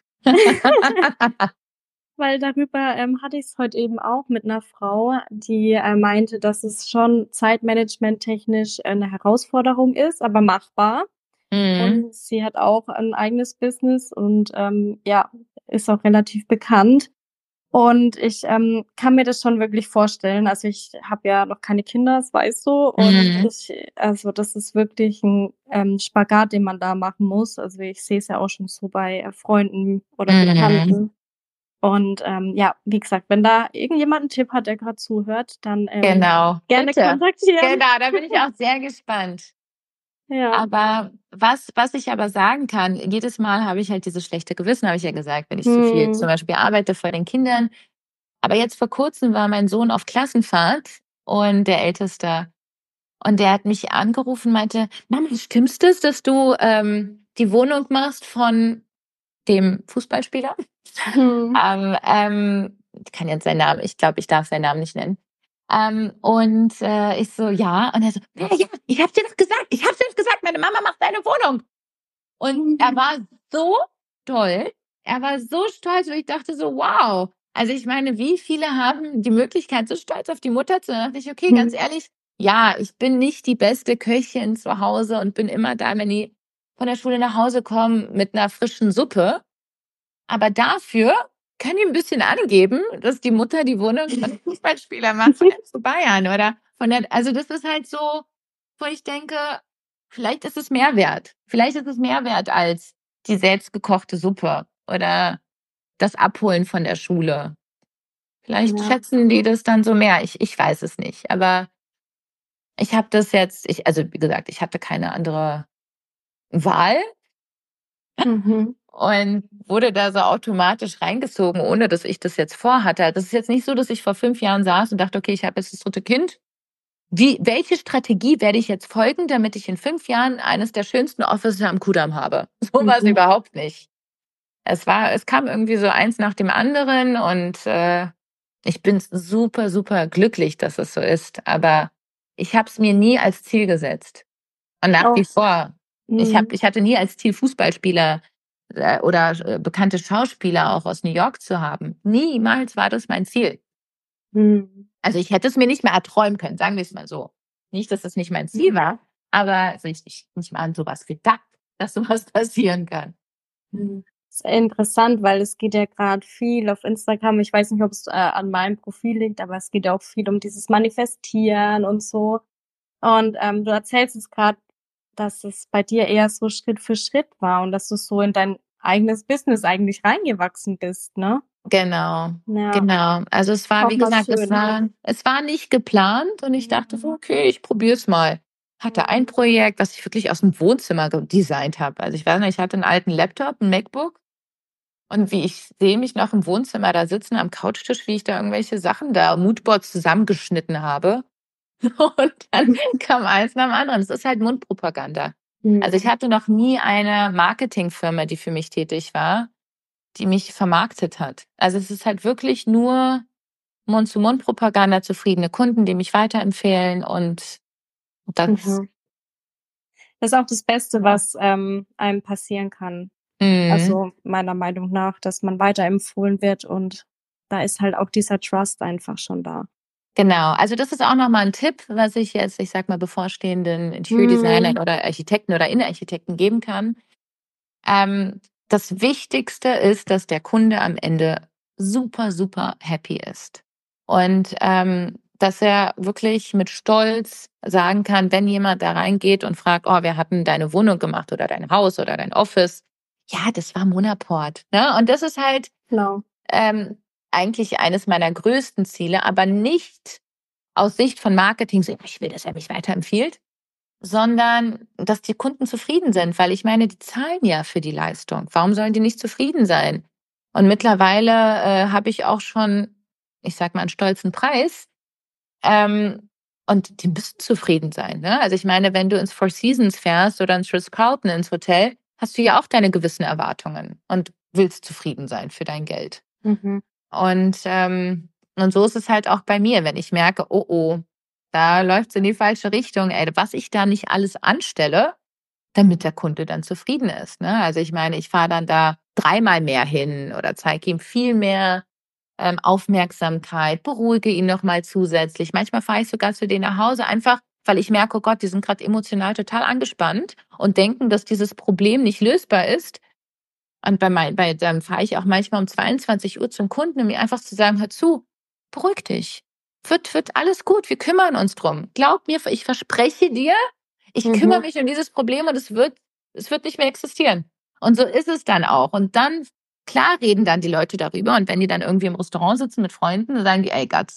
Weil darüber hatte ich es heute eben auch mit einer Frau, die meinte, dass es schon zeitmanagementtechnisch eine Herausforderung ist, aber machbar. Mhm. Und sie hat auch ein eigenes Business und ja, ist auch relativ bekannt. Und ich kann mir das schon wirklich vorstellen. Also ich habe ja noch keine Kinder, das weißt du. Und Mhm. also das ist wirklich ein Spagat, den man da machen muss. Also ich sehe es ja auch schon so bei Freunden oder Mhm. Bekannten. Und ja, wie gesagt, wenn da irgendjemand einen Tipp hat, der gerade zuhört, dann Genau, gerne bitte. kontaktieren. Genau, da bin ich auch sehr gespannt. Ja. Aber was ich aber sagen kann, jedes Mal habe ich halt dieses schlechte Gewissen, habe ich ja gesagt, wenn ich zu viel zum Hm. Beispiel arbeite vor den Kindern. Aber jetzt vor Kurzem war mein Sohn auf Klassenfahrt und der Älteste. Und der hat mich angerufen, meinte, Mama, stimmt's das, dass du die Wohnung machst von dem Fußballspieler? Hm. Ich kann jetzt seinen Namen, ich glaube, ich darf seinen Namen nicht nennen. Ich so, ja. Und er so, ja, ja, ich hab dir das gesagt, ich hab's dir das gesagt, meine Mama macht deine Wohnung. Und er war so toll, er war so stolz und ich dachte so, wow. Also ich meine, wie viele haben die Möglichkeit, so stolz auf die Mutter zu sein? Da dachte ich, okay, ganz Hm. ehrlich, ja, ich bin nicht die beste Köchin zu Hause und bin immer da, wenn die von der Schule nach Hause kommen mit einer frischen Suppe. Aber dafür können die ein bisschen angeben, dass die Mutter die Wohnung von einem Fußballspieler macht von FC Bayern oder von der, also das ist halt so, wo ich denke, vielleicht ist es mehr wert. Vielleicht ist es mehr wert als die selbstgekochte Suppe oder das Abholen von der Schule. Vielleicht Ja. schätzen die das dann so mehr. Ich weiß es nicht. Aber ich habe das jetzt, also wie gesagt, ich hatte keine andere Wahl Mhm. und wurde da so automatisch reingezogen, ohne dass ich das jetzt vorhatte. Das ist jetzt nicht so, dass ich vor 5 Jahren saß und dachte: „Okay, ich habe jetzt das dritte Kind. Welche Strategie werde ich jetzt folgen, damit ich in 5 Jahren eines der schönsten Offices am Kudamm habe?“ So war's Mhm. überhaupt nicht. Es kam irgendwie so eins nach dem anderen und ich bin super, super glücklich, dass es so ist. Aber ich habe es mir nie als Ziel gesetzt. Und nach wie Auch. vor. Mhm. Ich hatte nie als Ziel, Fußballspieler oder bekannte Schauspieler auch aus New York zu haben. Niemals war das mein Ziel. Mhm. Also ich hätte es mir nicht mehr erträumen können, sagen wir es mal so. Nicht, dass es nicht mein Ziel war, aber also ich nicht mal an sowas gedacht, dass sowas passieren kann. Mhm. Ist interessant, weil es geht ja gerade viel auf Instagram. Ich weiß nicht, ob es an meinem Profil liegt, aber es geht ja auch viel um dieses Manifestieren und so. Und du erzählst jetzt gerade, dass es bei dir eher so Schritt für Schritt war und dass du so in dein eigenes Business eigentlich reingewachsen bist, ne? Genau, Ja, genau. Also es war, auch wie mal gesagt, schön. es war nicht geplant und ich dachte so, okay, ich probiere es mal. Hatte ein Mhm. Projekt, was ich wirklich aus dem Wohnzimmer designt habe. Also ich weiß nicht, ich hatte einen alten Laptop, ein MacBook und wie ich sehe mich noch im Wohnzimmer da sitzen am Couchtisch, wie ich da irgendwelche Sachen da, Moodboards zusammengeschnitten habe. Und dann kam eins nach dem anderen. Es ist halt Mundpropaganda. Also ich Mhm. hatte noch nie eine Marketingfirma, die für mich tätig war, die mich vermarktet hat. Also es ist halt wirklich nur Mund-zu-Mund-Propaganda, zufriedene Kunden, die mich weiterempfehlen und das. Mhm. Das ist auch das Beste, was einem passieren kann. Mhm. Also meiner Meinung nach, dass man weiterempfohlen wird und da ist halt auch dieser Trust einfach schon da. Genau. Also das ist auch noch mal 'n Tipp, was ich jetzt, ich sage mal, bevorstehenden Mhm. Interior-Designern oder Architekten oder Innenarchitekten geben kann. Das Wichtigste ist, dass der Kunde am Ende super, super happy ist. Und dass er wirklich mit Stolz sagen kann, wenn jemand da reingeht und fragt, oh, wer hat denn deine Wohnung gemacht oder dein Haus oder dein Office? Ja, das war Monaport. Ne? Und das ist halt Genau. ähm, eigentlich eines meiner größten Ziele, aber nicht aus Sicht von Marketing, so, ich will, dass er mich weiterempfiehlt, sondern dass die Kunden zufrieden sind, weil ich meine, die zahlen ja für die Leistung. Warum sollen die nicht zufrieden sein? Und mittlerweile habe ich auch schon, ich sag mal, einen stolzen Preis. Ähm, Und die müssen zufrieden sein, ne? Also, ich meine, wenn du ins Four Seasons fährst oder ins Ritz-Carlton ins Hotel, hast du ja auch deine gewissen Erwartungen und willst zufrieden sein für dein Geld. Mhm. Und so ist es halt auch bei mir, wenn ich merke: „Oh, oh, da läuft's in die falsche Richtung, ey, was ich da nicht alles anstelle, damit der Kunde dann zufrieden ist", ne? Also, ich meine, ich fahre dann da dreimal mehr hin oder zeige ihm viel mehr Aufmerksamkeit, beruhige ihn noch mal zusätzlich. Manchmal fahre ich sogar zu denen nach Hause, einfach weil ich merke: „Oh Gott, die sind gerade emotional total angespannt und denken, dass dieses Problem nicht lösbar ist." Und dann fahre ich auch manchmal um 22 Uhr zum Kunden, um ihm einfach zu sagen: „Hör zu, beruhig dich. Wird alles gut, wir kümmern uns drum. Glaub mir, ich verspreche dir, ich kümmere Mhm. mich um dieses Problem und es wird nicht mehr existieren." Und so ist es dann auch. Und dann, klar, reden dann die Leute darüber. Und wenn die dann irgendwie im Restaurant sitzen mit Freunden, dann sagen die: „Ey Gott,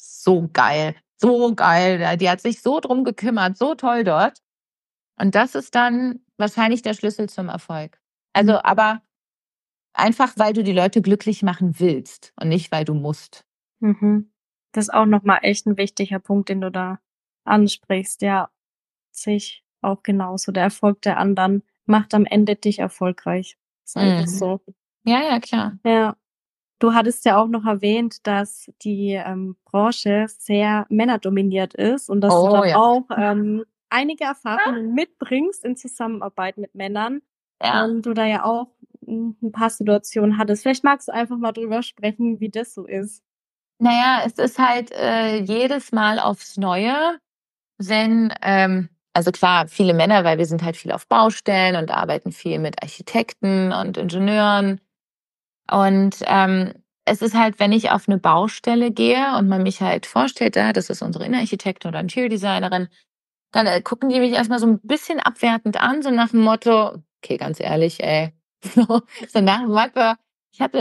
so geil, ja, die hat sich so drum gekümmert, so toll dort." Und das ist dann wahrscheinlich der Schlüssel zum Erfolg. Also, aber einfach, weil du die Leute glücklich machen willst und nicht, weil du musst. Mhm. Das ist auch noch mal echt 'n wichtiger Punkt, den du da ansprichst. Ja, sehe ich auch genauso. Der Erfolg der anderen macht am Ende dich erfolgreich. Ist einfach Mhm. so. Ja, ja, klar. Ja. Du hattest ja auch noch erwähnt, dass die, Branche sehr männerdominiert ist und dass du Oh dann ja. auch, einige Erfahrungen mitbringst in Zusammenarbeit mit Männern Ja. und du da ja auch, 'n paar Situationen hattest. Vielleicht magst du einfach mal drüber sprechen, wie das so ist. Na ja, es ist halt, jedes Mal aufs Neue, wenn also klar, viele Männer, weil wir sind halt viel auf Baustellen und arbeiten viel mit Architekten und Ingenieuren. Und, es ist halt, wenn ich auf eine Baustelle gehe und man mich halt vorstellt, ja, das ist unsere Innenarchitektin oder Interior-Designerin, dann, gucken die mich erst mal so ein bisschen abwertend an, so nach dem Motto: „Okay, ganz ehrlich, ey." So nach dem Motto, ich hatte,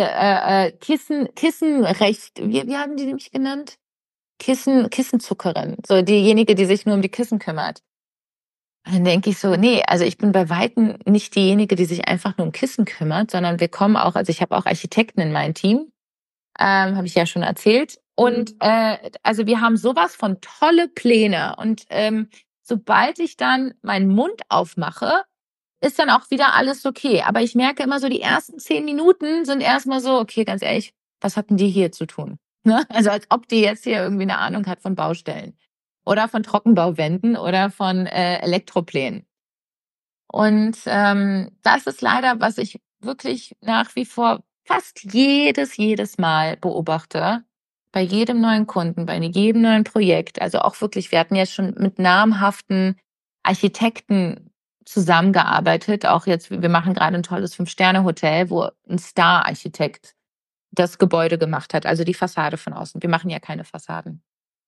Kissenrecht, wie haben die mich genannt? Kissenzuckerin, so diejenige, die sich nur um die Kissen kümmert. Und dann denke ich so: „Nee, also ich bin bei Weitem nicht diejenige, die sich einfach nur um Kissen kümmert, sondern wir kommen auch, also ich habe auch Architekten in meinem Team, habe ich ja schon erzählt. Und, also wir haben sowas von tolle Pläne und, sobald ich dann meinen Mund aufmache, ist dann auch wieder alles okay. Aber ich merke immer so, die ersten 10 Minuten sind erst mal so: „Okay, ganz ehrlich, was hatten die hier zu tun?" Ne? Also, als ob die jetzt hier irgendwie 'ne Ahnung hat von Baustellen oder von Trockenbauwänden oder von, Elektroplänen. Und, das ist leider, was ich wirklich nach wie vor fast jedes Mal beobachte, bei jedem neuen Kunden, bei jedem neuen Projekt. Also, auch wirklich, wir hatten jetzt schon mit namhaften Architekten zusammengearbeitet. Auch jetzt, wir machen gerade ein tolles Fünf-Sterne-Hotel, wo ein Star-Architekt das Gebäude gemacht hat, also die Fassade von außen. Wir machen ja keine Fassaden.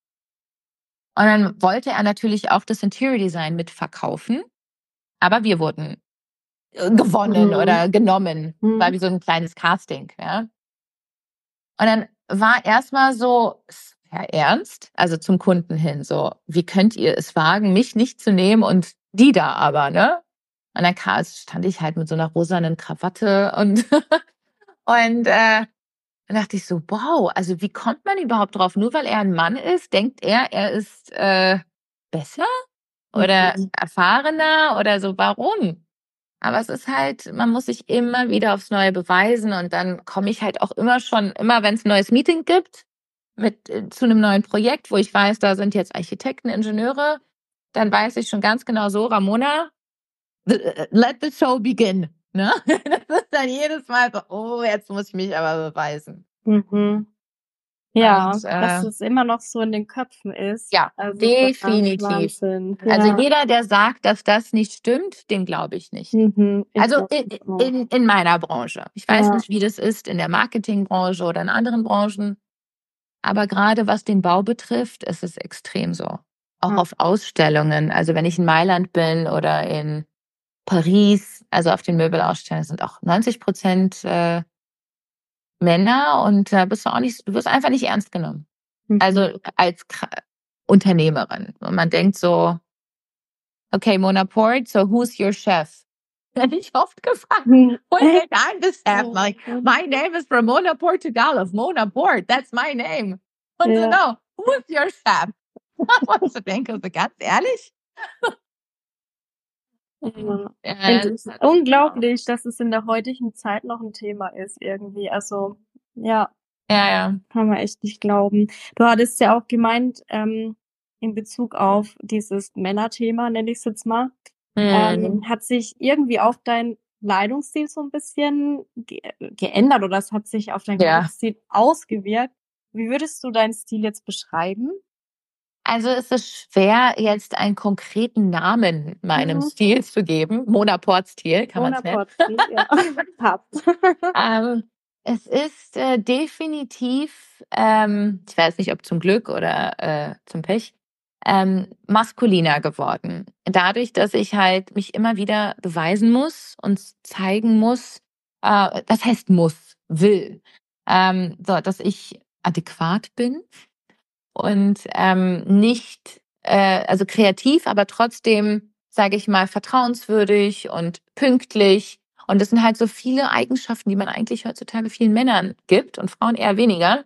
Und dann wollte er natürlich auch das Interior Design mitverkaufen, aber wir wurden gewonnen Mhm. oder genommen. War Mhm. wie so 'n kleines Casting, ja? Und dann war erst mal so: „Ist Herr Ernst?" Also, zum Kunden hin so: „Wie könnt ihr es wagen, mich nicht zu nehmen und die da aber", ne? Und dann stand ich halt mit so 'ner rosanen Krawatte und und, dann dachte ich so: „Wow, also, wie kommt man überhaupt drauf? Nur weil er 'n Mann ist, denkt er, er ist, besser oder Mhm. erfahrener oder so, warum?" Aber es ist halt, man muss sich immer wieder aufs Neue beweisen und dann komme ich halt auch immer wenn es ein neues Meeting gibt zu einem neuen Projekt, wo ich weiß, da sind jetzt Architekten, Ingenieure, dann weiß ich schon ganz genau so: „Ramona, let the show begin", ne? Das ist dann jedes Mal so: „Oh, jetzt muss ich mich aber beweisen." Mhm. Und, Ja, dass es immer noch so in den Köpfen ist. ja, Also, krass, definitiv. Wahnsinn. Also, Ja. jeder, der sagt, dass das nicht stimmt, dem glaube ich nicht. Mhm. Ich Also, glaube das auch. in meiner Branche. Ich weiß Ja. nicht, wie das ist in der Marketingbranche oder in anderen Branchen, aber gerade was den Bau betrifft, ist es extrem so. Auch Ja. auf Ausstellungen. Also, wenn ich in Mailand bin oder in Paris, also auf den Möbelausstellungen sind auch 90% Männer und da bist du wirst einfach nicht ernst genommen. Mhm. Also, als Unternehmerin. Und man denkt so: „Okay, Mona Port, so who's your chef?" Werde ich oft gefragt. Mhm. Und Echt? I'm the chef. Like, my name is Ramona Portugal of Mona Port. That's my name. Und so, Ja. no, who's your chef? Und ich denke, so ganz ehrlich? Ja. Das Es ist ist halt echt unglaublich, dass es in der heutigen Zeit noch ein Thema ist irgendwie. Also, ja, ja, ja. kann man echt nicht glauben. Du hattest ja auch gemeint, in Bezug auf dieses Männerthema, nenne ich's jetzt mal, Mhm. hat sich irgendwie auch dein Kleidungsstil so ein bisschen geändert oder es hat sich auf deinen Ja. Kleidungsstil ausgewirkt. Wie würdest du deinen Stil jetzt beschreiben? Also, es ist schwer, jetzt einen konkreten Namen meinem Mhm. Stil zu geben. Monaport-Stil kann man's nennen. Monaport-Stil, ja, passt. Ähm, Es ist, definitiv, ich weiß nicht, ob zum Glück oder, zum Pech, maskuliner geworden. Dadurch, dass ich halt mich immer wieder beweisen muss und zeigen muss, das heißt muss, will, so, dass ich adäquat bin und, nicht, also kreativ, aber trotzdem, sage ich mal, vertrauenswürdig und pünktlich. Und das sind halt so viele Eigenschaften, die man eigentlich heutzutage vielen Männern gibt und Frauen eher weniger.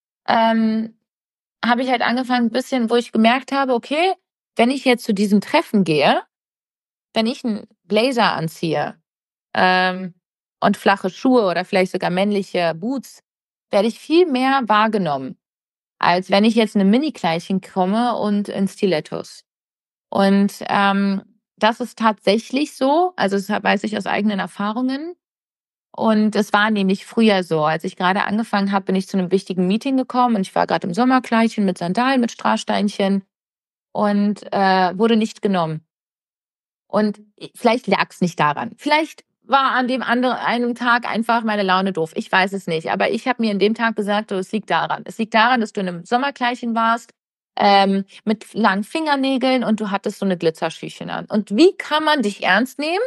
Ähm, Habe ich halt angefangen, ein bisschen, wo ich gemerkt habe, okay, wenn ich jetzt zu diesem Treffen gehe, wenn ich einen Blazer anziehe, ähm, und flache Schuhe oder vielleicht sogar männliche Boots, werde ich viel mehr wahrgenommen, als wenn ich jetzt in 'nem Minikleidchen komme und in Stilettos. Und, das ist tatsächlich so. Also, das weiß ich aus eigenen Erfahrungen. Und es war nämlich früher so. Als ich gerade angefangen habe, bin ich zu einem wichtigen Meeting gekommen und ich war gerade im Sommerkleidchen mit Sandalen, mit Strasssteinchen und, wurde nicht genommen. Und vielleicht lag es nicht daran. Vielleicht war an dem anderen einem Tag einfach meine Laune doof. Ich weiß es nicht. Aber ich habe mir an dem Tag gesagt, so, es liegt daran. Es liegt daran, dass du in einem Sommerkleidchen warst, mit langen Fingernägeln und du hattest so eine Glitzerschüchen an. Und wie kann man dich ernst nehmen,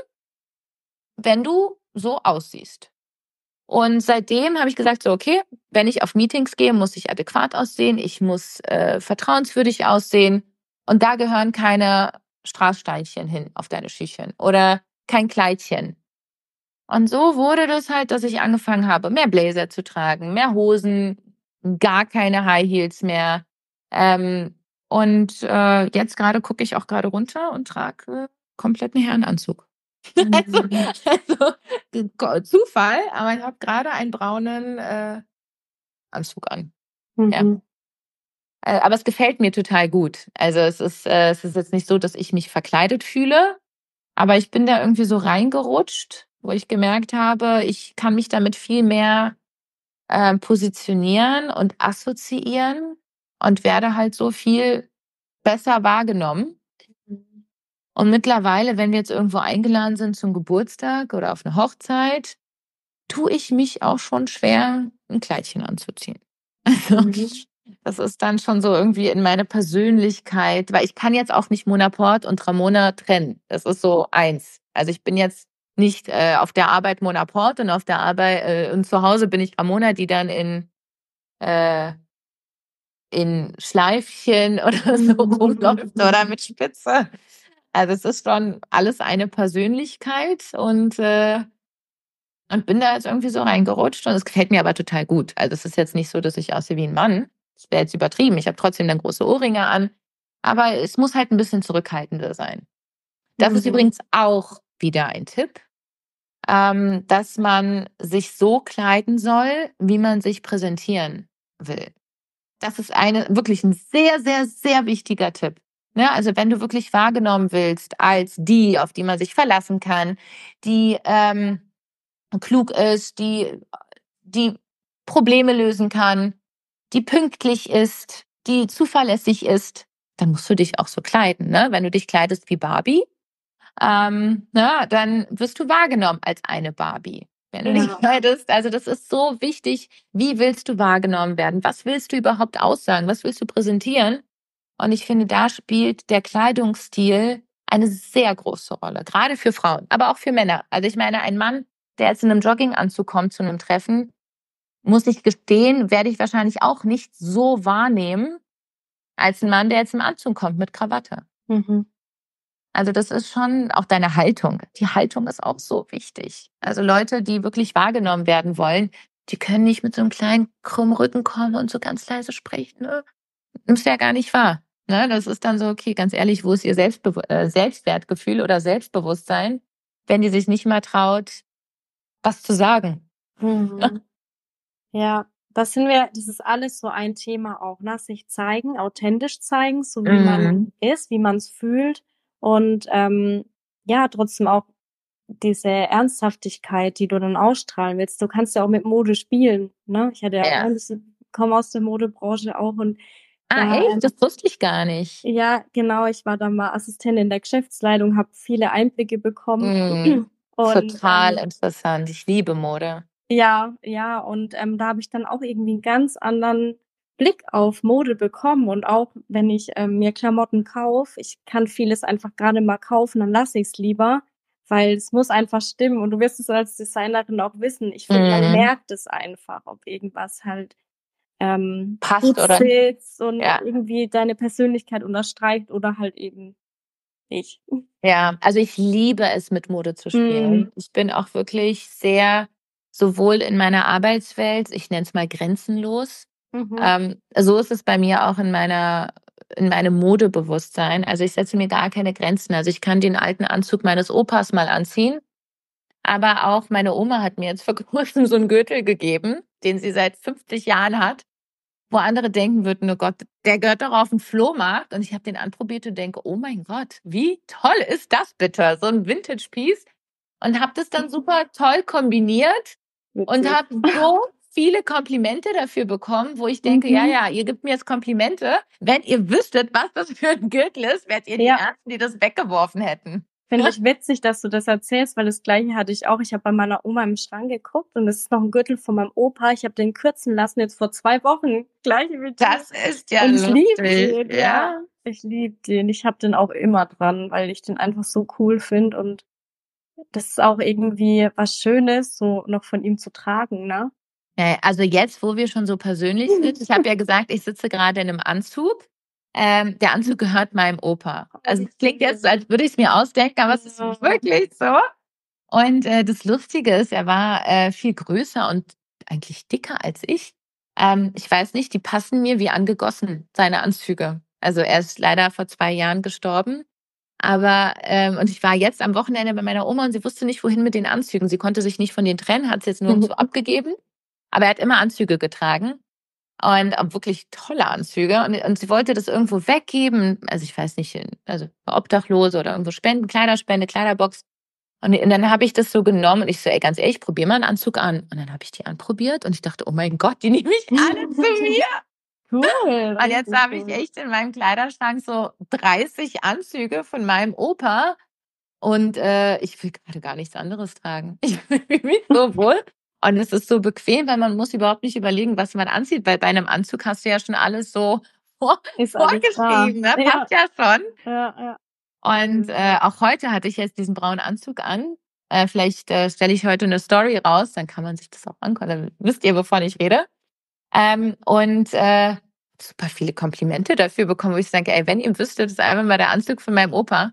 wenn du so aussiehst? Und seitdem habe ich gesagt, so, okay, wenn ich auf Meetings gehe, muss ich adäquat aussehen, ich muss vertrauenswürdig aussehen. Und da gehören keine Strasssteinchen hin auf deine Schüchchen oder kein Kleidchen. Und so wurde das halt, dass ich angefangen habe, mehr Blazer zu tragen, mehr Hosen, gar keine High Heels mehr. Ähm, und jetzt gerade gucke ich auch gerade runter und trage komplett einen Herrenanzug. Also, Mhm. Zufall, aber ich habe gerade einen braunen Anzug an. Ja. Mhm. Aber es gefällt mir total gut. Also es ist jetzt nicht so, dass ich mich verkleidet fühle, aber ich bin da irgendwie so reingerutscht, wo ich gemerkt habe, ich kann mich damit viel mehr positionieren und assoziieren und werde halt so viel besser wahrgenommen. Und mittlerweile, wenn wir jetzt irgendwo eingeladen sind zum Geburtstag oder auf eine Hochzeit, tue ich mich auch schon schwer, ein Kleidchen anzuziehen. Also, Mhm. das ist dann schon so irgendwie in meine Persönlichkeit, weil ich kann jetzt auch nicht Mona Port und Ramona trennen. Das ist so eins. Also, ich bin jetzt nicht, auf der Arbeit Mona Port und auf der Arbeit und zu Hause bin ich Ramona, die dann äh in Schleifchen oder so rumläuft oder mit Spitze. Also, es ist schon alles eine Persönlichkeit und bin da jetzt irgendwie so reingerutscht und es gefällt mir aber total gut. Also, es ist jetzt nicht so, dass ich aussehe wie ein Mann. Das wäre jetzt übertrieben. Ich habe trotzdem dann große Ohrringe an, aber es muss halt ein bisschen zurückhaltender sein. Das ist Mhm. übrigens auch wieder ein Tipp, dass man sich so kleiden soll, wie man sich präsentieren will. Das ist wirklich ein sehr, sehr, sehr wichtiger Tipp. Ne, also, wenn du wirklich wahrgenommen willst als die, auf die man sich verlassen kann, die, klug ist, die Probleme lösen kann, die pünktlich ist, die zuverlässig ist, dann musst du dich auch so kleiden, ne? Wenn du dich kleidest wie Barbie, ne, dann wirst du wahrgenommen als eine Barbie. Wenn du dich Ja. kleidest, also das ist so wichtig. Wie willst du wahrgenommen werden? Was willst du überhaupt aussagen? Was willst du präsentieren? Und ich finde, da spielt der Kleidungsstil eine sehr große Rolle, gerade für Frauen, aber auch für Männer. Also ich meine, ein Mann, der jetzt in einem Jogginganzug kommt zu einem Treffen, muss ich gestehen, werde ich wahrscheinlich auch nicht so wahrnehmen, als ein Mann, der jetzt im Anzug kommt mit Krawatte. Mhm. Also, das ist schon auch deine Haltung. Die Haltung ist auch so wichtig. Also, Leute, die wirklich wahrgenommen werden wollen, die können nicht mit so einem kleinen krummen Rücken kommen und so ganz leise sprechen, ne? Nimmst du ja gar nicht wahr. Ne, das ist dann so, okay, ganz ehrlich, wo ist ihr Selbstwertgefühl oder Selbstbewusstsein, wenn die sich nicht mal traut, was zu sagen? Mhm. Ja, das ist alles so ein Thema auch, ne? Sich zeigen, authentisch zeigen, so wie man Mhm. ist, wie man's fühlt und, ja, trotzdem auch diese Ernsthaftigkeit, die du dann ausstrahlen willst. Du kannst ja auch mit Mode spielen, ne? Ich hatte ja Ja. ein bisschen komme aus der Modebranche auch und Ah, da, echt? Das wusste ich gar nicht. ja, genau, ich war da mal Assistentin der Geschäftsleitung, habe viele Einblicke bekommen Mhm. und, Total interessant. Ich liebe Mode. ja, ja, und, da habe ich dann auch irgendwie 'n ganz anderen Blick auf Mode bekommen und auch wenn ich, mir Klamotten kaufe, ich kann vieles einfach grade mal kaufen, dann lasse ich's lieber, weil es muss einfach stimmen und du wirst es als Designerin auch wissen. Ich finde, man Mhm. merkt es einfach, ob irgendwas halt, Passt gut oder sitzt und ja. irgendwie deine Persönlichkeit unterstreicht oder halt eben nicht. Ja, also ich liebe es, mit Mode zu Mhm. spielen. Ich bin auch wirklich sehr sowohl in meiner Arbeitswelt, ich nenne es mal grenzenlos. Mhm. So ist es bei mir auch in meinem Modebewusstsein. Also ich setze mir gar keine Grenzen. Also ich kann den alten Anzug meines Opas mal anziehen, aber auch meine Oma hat mir jetzt vor Kurzem so einen Gürtel gegeben, den sie seit 50 Jahren hat. Wo andere denken würden: „Oh Gott, der gehört doch auf 'n Flohmarkt." Und ich habe den anprobiert und denke: „Oh mein Gott, wie toll ist das bitte?" So 'n Vintage Piece und habe das dann super toll kombiniert und Witzig. habe so viele Komplimente dafür bekommen, wo ich denke: „Ja, Mhm. ja, ihr gebt mir jetzt Komplimente. Wenn ihr wüsstet, was das für 'n Gürtel ist, wärt ihr die Ja. Ersten, die das weggeworfen hätten." Finde ich witzig, dass du das erzählst, weil das Gleiche hatte ich auch. Ich habe bei meiner Oma im Schrank geguckt und es ist noch 'n Gürtel von meinem Opa. Ich habe den kürzen lassen jetzt vor 2 Wochen, gleiche wie du. Das ist ja Und ich liebe lustig, den, ja. ja. Ich liebe den. Ich habe den auch immer dran, weil ich den einfach so cool finde und das ist auch irgendwie was Schönes, so noch von ihm zu tragen, ne? Also jetzt, wo wir schon so persönlich sind, ich habe ja gesagt, ich sitze gerade in einem Anzug. Der Anzug gehört meinem Opa. Oh, Also, wie es klingt jetzt so, schön. als würde ich's mir ausdenken, aber es ist Ja. wirklich so. Und, das Lustige ist, er war, viel größer und eigentlich dicker als ich. Ich weiß nicht, die passen mir wie angegossen, seine Anzüge. Also, er ist leider vor 2 Jahren gestorben, aber, und ich war jetzt am Wochenende bei meiner Oma und sie wusste nicht, wohin mit den Anzügen. Sie konnte sich nicht von denen trennen, hat sie jetzt nirgendswo abgegeben. Aber er hat immer Anzüge getragen und wirklich tolle Anzüge und sie wollte das irgendwo weggeben. Also, ich weiß nicht, also Obdachlose oder irgendwo spenden, Kleiderspende, Kleiderbox. Und dann habe ich das so genommen und ich so: „Ey, ganz ehrlich, probier mal 'n Anzug an." Und dann habe ich die anprobiert und ich dachte: „Oh mein Gott, die nehme ich alle zu mir." Cool, Und jetzt richtig habe ich cool. echt in meinem Kleiderschrank so 30 Anzüge von meinem Opa und, ich will grade gar nichts anderes tragen. Ich fühle mich so wohl und es ist so bequem, weil man muss überhaupt nicht überlegen, was man anzieht, weil bei 'nem Anzug hast du ja schon alles so Ist alles da. vorgeschrieben, ne? Ja, Passt ja schon. ja, ja. Und, auch heute hatte ich jetzt diesen braunen Anzug an. Vielleicht, stelle ich heute 'ne Story raus, dann kann man sich das auch angucken, dann wisst ihr, wovon ich rede. Und, super viele Komplimente dafür bekommen, wo ich sage: „Ey, wenn ihr wüsstet, das ist einfach mal der Anzug von meinem Opa."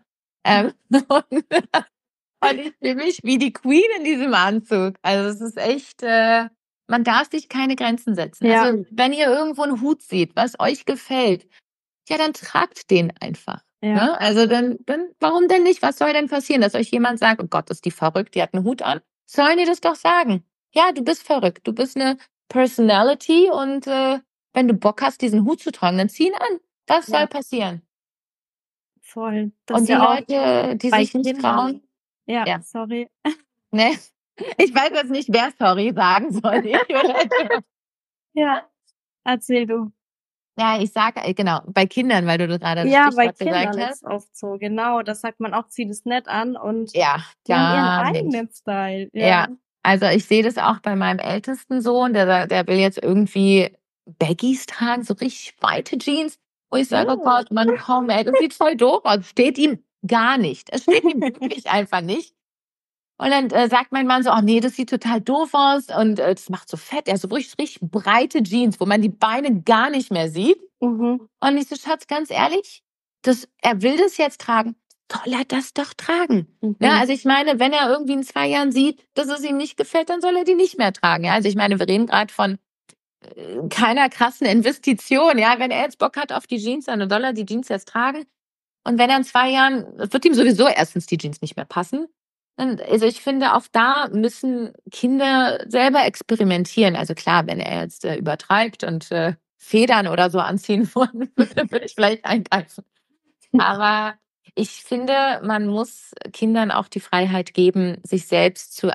Und ich fühle mich wie die Queen in diesem Anzug. Also, es ist echt, man darf sich keine Grenzen setzen. Ja, Also, wenn ihr irgendwo 'n Hut seht, was euch gefällt, ja, dann tragt den einfach, ja, ne? Also, dann warum denn nicht? Was soll denn passieren, dass euch jemand sagt: „Oh Gott, ist die verrückt, die hat 'n Hut an." Sollen die das doch sagen: „Ja, du bist verrückt. Du bist 'ne Personality und, wenn du Bock hast, diesen Hut zu tragen, dann zieh ihn an." Das soll ja, passieren. voll. Das ist Und die ja auch Leute, die bei sich nicht Kindern. trauen, Ja, ja, sorry. ne? Ich weiß jetzt nicht, wer sorry sagen soll, ich oder du. Ja, erzähl du. Ja, ich sage genau, bei Kindern, weil du grade das Ja, bei Stichwort gesagt Kindern ist hast. es oft so, genau. Da sagt man auch: „Zieh das nicht an“ und Ja, die haben ihren gar nicht. eigenen Style. Ja, Ja. also, ich sehe das auch bei meinem ältesten Sohn, der will jetzt irgendwie Baggies tragen, so richtig weite Jeans, wo ich sage: „Oh Ja. Gott, Mann, komm, ey, das sieht voll doof aus." Steht ihm gar nicht. Es steht ihm wirklich einfach nicht. Und dann, sagt mein Mann so: „Oh ne, das sieht total doof aus und, das macht so fett." Er so richtig breite Jeans, wo man die Beine gar nicht mehr sieht. Mhm. Und ich so: „Schatz, ganz ehrlich, er will das jetzt tragen, soll er das doch tragen." Ne, Mhm. also ich meine, wenn er irgendwie in 2 Jahren sieht, dass es ihm nicht gefällt, dann soll er die nicht mehr tragen, ja? Also ich meine, wir reden grad von keiner krassen Investition. Ja, wenn er jetzt Bock hat auf die Jeans, dann soll er die Jeans jetzt tragen. Und wenn er in 2 Jahren, wird ihm sowieso erstens die Jeans nicht mehr passen. Also ich finde, auch da müssen Kinder selber experimentieren. Also klar, wenn er jetzt übertreibt und Federn oder so anziehen wollen würde, würde ich vielleicht eingreifen. Aber ich finde, man muss Kindern auch die Freiheit geben, sich selbst zu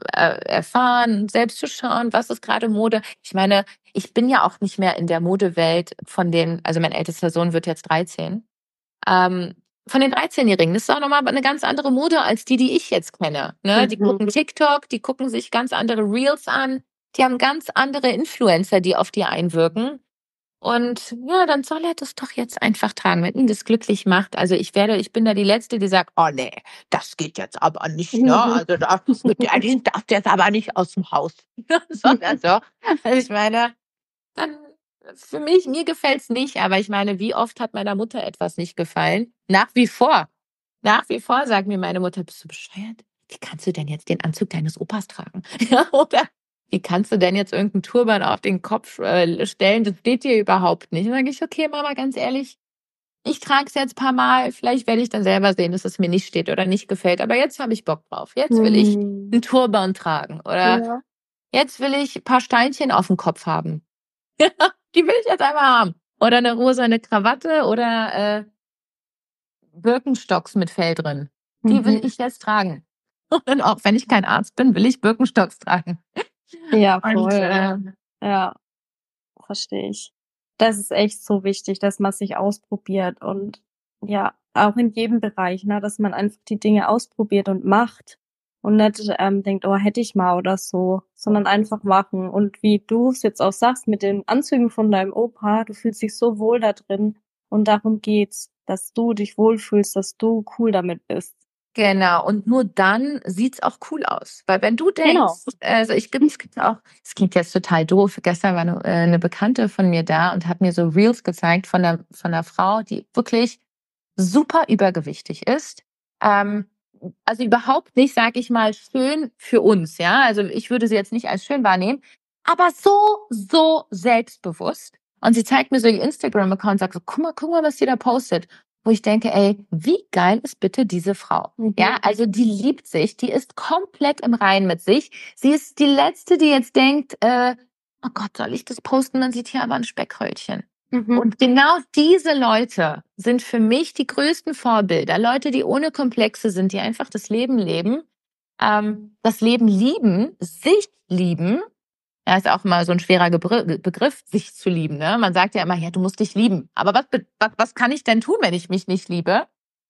erfahren, selbst zu schauen, was ist gerade Mode. Ich meine, ich bin ja auch nicht mehr in der Modewelt also mein ältester Sohn wird jetzt 13. Ähm, von den 13-Jährigen, das ist auch nochmal eine ganz andere Mode als die ich jetzt kenne. Ne? Die gucken TikTok, die gucken sich ganz andere Reels an, die haben ganz andere Influencer, die auf die einwirken. Und ja, dann soll er das doch jetzt einfach tragen, wenn ihn das glücklich macht. Also ich bin da die Letzte, die sagt, oh nee, das geht jetzt aber nicht, ne? Also den darf der jetzt aber nicht aus dem Haus. Sondern so. Also ich meine, dann mir gefällt's nicht, aber ich meine, wie oft hat meiner Mutter etwas nicht gefallen? Nach wie vor. Nach wie vor sagt mir meine Mutter, bist du bescheuert? Wie kannst du denn jetzt den Anzug deines Opas tragen? Ja, oder wie kannst du denn jetzt irgendeinen Turban auf den Kopf stellen? Das steht dir überhaupt nicht. Dann sage ich, okay, Mama, ganz ehrlich, ich trage es jetzt ein paar Mal. Vielleicht werde ich dann selber sehen, dass es mir nicht steht oder nicht gefällt. Aber jetzt habe ich Bock drauf. Jetzt will ich einen Turban tragen. Oder jetzt will ich ein paar Steinchen auf dem Kopf haben. Die will ich jetzt einmal haben. Oder eine rosane Krawatte oder Birkenstocks mit Fell drin. Die will ich jetzt tragen. Und auch wenn ich kein Arzt bin, will ich Birkenstocks tragen. Ja, voll. Und Ja, verstehe ich. Das ist echt so wichtig, dass man sich ausprobiert und ja, auch in jedem Bereich, ne, dass man einfach die Dinge ausprobiert und macht und nicht denkt, oh, hätte ich mal oder so, sondern einfach machen. Und wie du es jetzt auch sagst mit den Anzügen von deinem Opa, du fühlst dich so wohl da drin und darum geht's, dass du dich wohlfühlst, dass du cool damit bist. genau, und nur dann sieht's auch cool aus. Weil wenn du denkst, Genau. also es gibt auch, es klingt jetzt total doof, gestern war eine Bekannte von mir da und hat mir so Reels gezeigt von einer Frau, die wirklich super übergewichtig ist. Also überhaupt nicht, sag ich mal, schön für uns, ja. Also ich würde sie jetzt nicht als schön wahrnehmen, aber so selbstbewusst. Und sie zeigt mir so ihr Instagram-Account und sagt so, guck mal, was sie da postet. Wo ich denke, ey, wie geil ist bitte diese Frau? Ja, also die liebt sich, die ist komplett im Reinen mit sich. Sie ist die Letzte, die jetzt denkt, oh Gott, soll ich das posten? Man sieht hier aber ein Speckröllchen. Und genau diese Leute sind für mich die größten Vorbilder. Leute, die ohne Komplexe sind, die einfach das Leben leben, das Leben lieben, sich lieben. Ja, ist auch immer so ein schwerer Begriff, sich zu lieben. Ne? Man sagt ja immer, ja, du musst dich lieben. Aber was kann ich denn tun, wenn ich mich nicht liebe?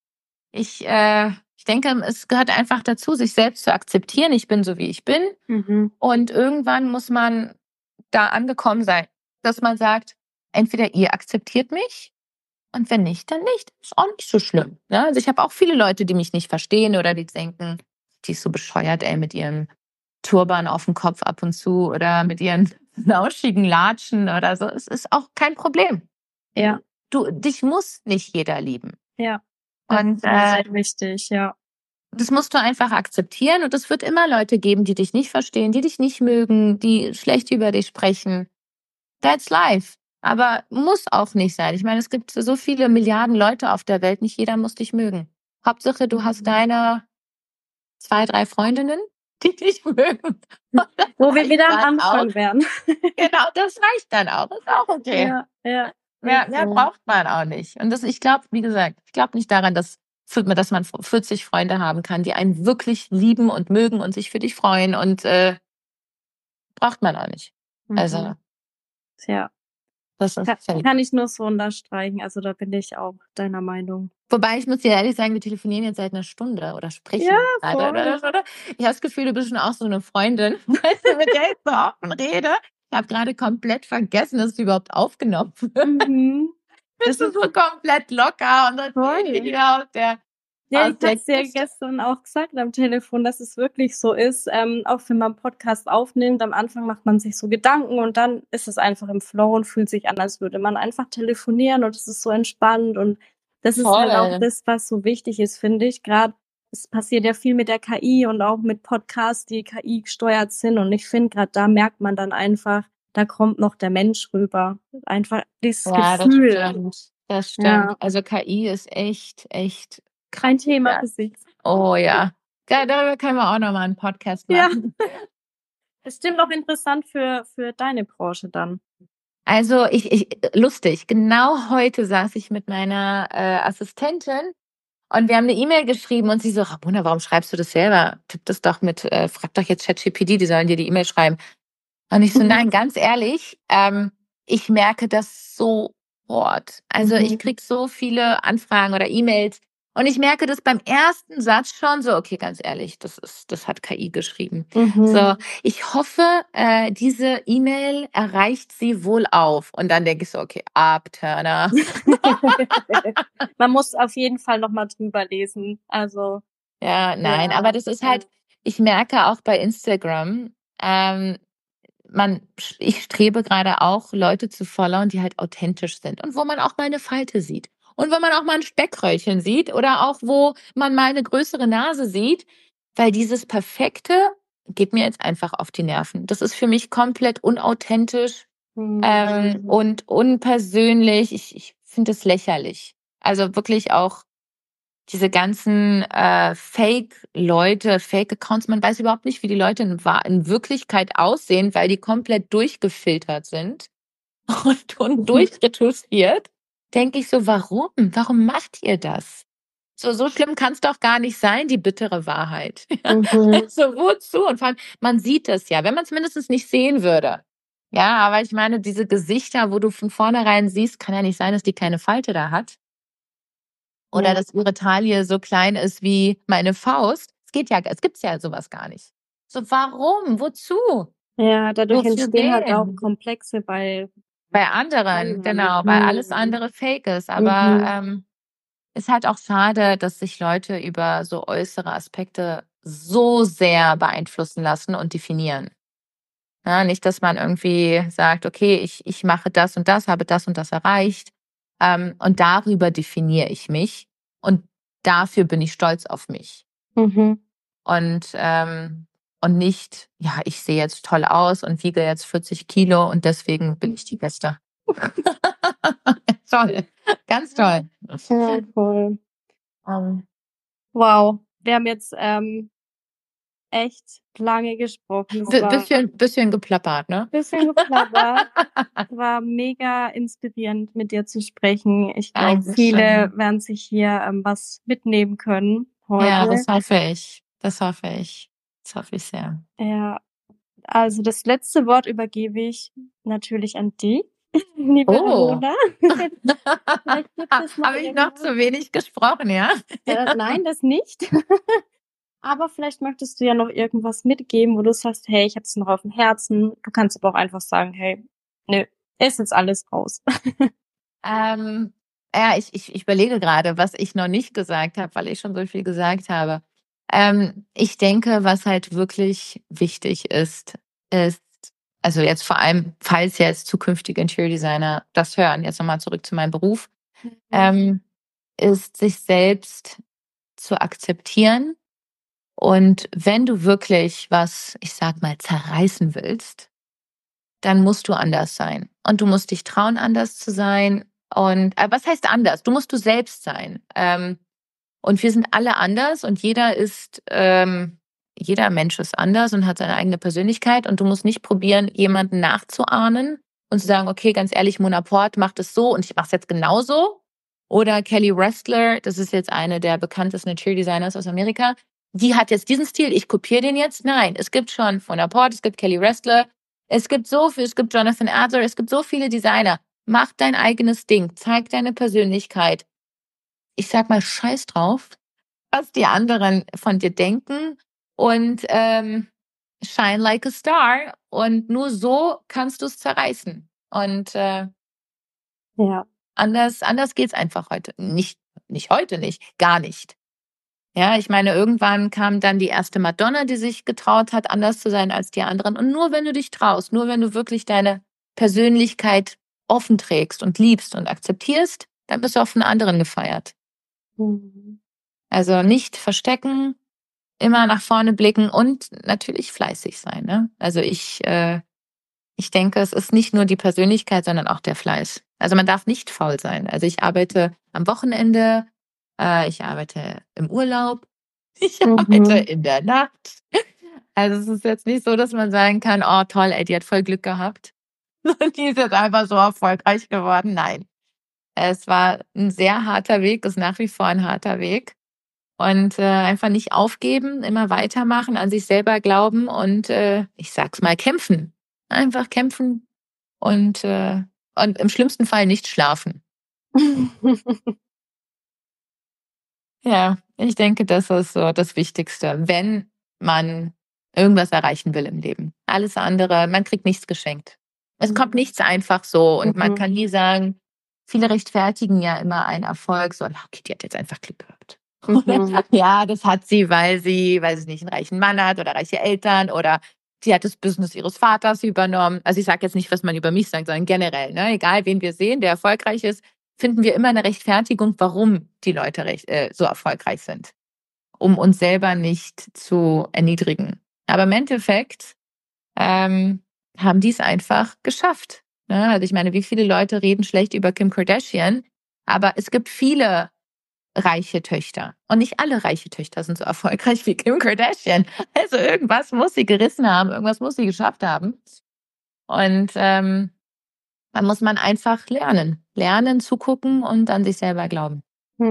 Ich denke, es gehört einfach dazu, sich selbst zu akzeptieren. Ich bin so, wie ich bin. Und irgendwann muss man da angekommen sein, dass man sagt, entweder ihr akzeptiert mich und wenn nicht, dann nicht. Ist auch nicht so schlimm. Ne? Also ich habe auch viele Leute, die mich nicht verstehen oder die denken, die ist so bescheuert, ey, mit ihrem Turban auf dem Kopf ab und zu oder mit ihren lauschigen Latschen oder so. Es ist auch kein Problem. Ja. Dich muss nicht jeder lieben. Ja. Und sehr wichtig, ja. das musst du einfach akzeptieren und es wird immer Leute geben, die dich nicht verstehen, die dich nicht mögen, die schlecht über dich sprechen. That's life. Aber muss auch nicht sein. Ich meine, es gibt so viele Milliarden Leute auf der Welt, nicht jeder muss dich mögen. Hauptsache, du hast deine 2, 3 Freundinnen, die dich mögen. Wo wir wieder am Anfang wären. Genau, das reicht dann auch. Ist auch okay. Ja. Mehr braucht man auch nicht. Und ich glaube, wie gesagt, ich glaube nicht daran, dass man 40 Freunde haben kann, die einen wirklich lieben und mögen und sich für dich freuen. Und braucht man auch nicht. Also, ja. das ist kann ich nur so unterstreichen. Also da bin ich auch deiner Meinung. Wobei, ich muss dir ehrlich sagen, wir telefonieren jetzt seit einer Stunde oder sprechen. Ja, voll. Ich habe das Gefühl, du bist schon auch so eine Freundin, weißt du, mit der ich so offen rede. Ich habe gerade komplett vergessen, dass du überhaupt aufgenommen wird. Bist du so komplett locker und dann wieder aus der... Ja, ich hab's dir gestern auch gesagt am Telefon, dass es wirklich so ist. Auch wenn man einen Podcast aufnimmt, am Anfang macht man sich so Gedanken und dann ist es einfach im Flow und fühlt sich an, als würde man einfach telefonieren und es ist so entspannt und das ist halt auch das, was so wichtig ist, finde ich. Gerade es passiert ja viel mit der KI und auch mit Podcasts, die KI gesteuert sind und ich finde, gerade da merkt man dann einfach, da kommt noch der Mensch rüber. Einfach dieses Ja, Gefühl. das stimmt. Das stimmt. Ja. Also KI ist echt Kein Thema Ja. für sich. Oh ja. Darüber können wir auch nochmal einen Podcast Ja. machen. Bestimmt auch interessant für deine Branche dann. Also lustig, genau heute saß ich mit meiner Assistentin und wir haben eine E-Mail geschrieben und sie so, Ramona, warum schreibst du das selber? Tipp das doch frag doch jetzt ChatGPT, die sollen dir die E-Mail schreiben. Und ich so, nein, ganz ehrlich, ich merke das sofort. Also ich krieg so viele Anfragen oder E-Mails und ich merke das beim ersten Satz schon so, okay, ganz ehrlich, das hat KI geschrieben. So, ich hoffe, diese E-Mail erreicht sie wohl auf. Und dann denke ich so, okay, Abturner. Man muss auf jeden Fall nochmal drüber lesen. Also. Ja, nein, aber das ist halt, ich merke auch bei Instagram, ich strebe gerade auch Leute zu followen, die halt authentisch sind und wo man auch mal eine Falte sieht und wo man auch mal ein Speckröllchen sieht oder auch wo man mal eine größere Nase sieht, weil dieses Perfekte geht mir jetzt einfach auf die Nerven. Das ist für mich komplett unauthentisch und unpersönlich. Ich finde es lächerlich. Also wirklich auch diese ganzen Fake-Leute, Fake-Accounts, man weiß überhaupt nicht, wie die Leute in Wirklichkeit aussehen, weil die komplett durchgefiltert sind und durchretuschiert. Denke ich so, warum? Warum macht ihr das? So schlimm kann es doch gar nicht sein, die bittere Wahrheit. Also wozu? Und vor allem, man sieht das ja, wenn man es mindestens nicht sehen würde. Ja, aber ich meine, diese Gesichter, wo du von vornherein siehst, kann ja nicht sein, dass die keine Falte da hat. Oder dass ihre Taille so klein ist wie meine Faust. Es gibt's ja sowas gar nicht. So, warum? Wozu? Ja, dadurch Wofür entstehen halt auch wen? Komplexe bei Anderen, genau, weil alles andere fake ist. Aber ist halt auch schade, dass sich Leute über so äußere Aspekte so sehr beeinflussen lassen und definieren. Ja, nicht, dass man irgendwie sagt, okay, ich mache das habe das und das erreicht, und darüber definiere ich mich und dafür bin ich stolz auf mich. Und, und nicht, ja, ich sehe jetzt toll aus und wiege jetzt 40 Kilo und deswegen bin ich die Beste. Toll, ganz toll. Ja, voll. Ähm, Wow, wir haben jetzt echt lange gesprochen. Es war bisschen geplappert, ne? bisschen geplappert. War mega inspirierend, mit dir zu sprechen. Ich glaube, viele werden sich hier was mitnehmen können heute. Ja, das hoffe ich. Das hoffe ich. Das hoffe ich sehr. Ja, also das letzte Wort übergebe ich natürlich an dich, liebe Ramona. Habe ich noch zu wenig gesprochen, ja? Nein, das nicht. Aber vielleicht möchtest du ja noch irgendwas mitgeben, wo du sagst, hey, ich habe es noch auf dem Herzen. Du kannst aber auch einfach sagen, hey, nö, ist jetzt alles raus. Ja, ich überlege gerade, was ich noch nicht gesagt habe, weil ich schon so viel gesagt habe. Ich denke, was halt wirklich wichtig ist, also jetzt vor allem, falls jetzt zukünftige Interior Designer das hören, jetzt nochmal zurück zu meinem Beruf, ist, sich selbst zu akzeptieren. Und wenn du wirklich was, ich sag mal, zerreißen willst, dann musst du anders sein. Und du musst dich trauen, anders zu sein. Und was heißt anders? Du musst du selbst sein. Und wir sind alle anders und jeder Mensch ist anders und hat seine eigene Persönlichkeit. Und du musst nicht probieren, jemanden nachzuahmen und zu sagen, okay, ganz ehrlich, Mona Port macht es so und ich mache es jetzt genauso. Oder Kelly Ressler, das ist jetzt eine der bekanntesten Interior Designers aus Amerika. Die hat jetzt diesen Stil, ich kopiere den jetzt. Nein, es gibt schon Mona Port, es gibt Kelly Ressler, es gibt Jonathan Adler, es gibt so viele Designer. Mach dein eigenes Ding, zeig deine Persönlichkeit. Ich sag mal, scheiß drauf, was die anderen von dir denken und shine like a star. Und nur so kannst du es zerreißen. Und ja. Anders geht's einfach heute. Nicht heute nicht, gar nicht. Ja, ich meine, irgendwann kam dann die erste Madonna, die sich getraut hat, anders zu sein als die anderen. Und nur wenn du dich traust, nur wenn du wirklich deine Persönlichkeit offen trägst und liebst und akzeptierst, dann bist du auch von anderen gefeiert. Also nicht verstecken, immer nach vorne blicken und natürlich fleißig sein. Ne? Also ich denke, es ist nicht nur die Persönlichkeit, sondern auch der Fleiß. Also man darf nicht faul sein. Also ich arbeite am Wochenende, ich arbeite im Urlaub, ich arbeite in der Nacht. Also es ist jetzt nicht so, dass man sagen kann, oh toll, ey, die hat voll Glück gehabt. Die ist jetzt einfach so erfolgreich geworden. Nein. Es war ein sehr harter Weg, ist nach wie vor ein harter Weg. Und einfach nicht aufgeben, immer weitermachen, an sich selber glauben und ich sag's mal, kämpfen. Einfach kämpfen und im schlimmsten Fall nicht schlafen. Ja, ich denke, das ist so das Wichtigste, wenn man irgendwas erreichen will im Leben. Alles andere, man kriegt nichts geschenkt. Es kommt nichts einfach so und man kann nie sagen, viele rechtfertigen ja immer einen Erfolg so, okay, die hat jetzt einfach Glück gehabt. Oder, ja, das hat sie, weil sie nicht, einen reichen Mann hat oder reiche Eltern oder sie hat das Business ihres Vaters übernommen. Also ich sage jetzt nicht, was man über mich sagt, sondern generell, ne? Egal, wen wir sehen, der erfolgreich ist, finden wir immer eine Rechtfertigung, warum die Leute so erfolgreich sind, um uns selber nicht zu erniedrigen. Aber im Endeffekt haben die es einfach geschafft. Ne? Also ich meine, wie viele Leute reden schlecht über Kim Kardashian, aber es gibt viele reiche Töchter. Und nicht alle reiche Töchter sind so erfolgreich wie Kim Kardashian. Also irgendwas muss sie gerissen haben, irgendwas muss sie geschafft haben. Und dann muss man einfach lernen. Lernen, zugucken und an sich selber glauben.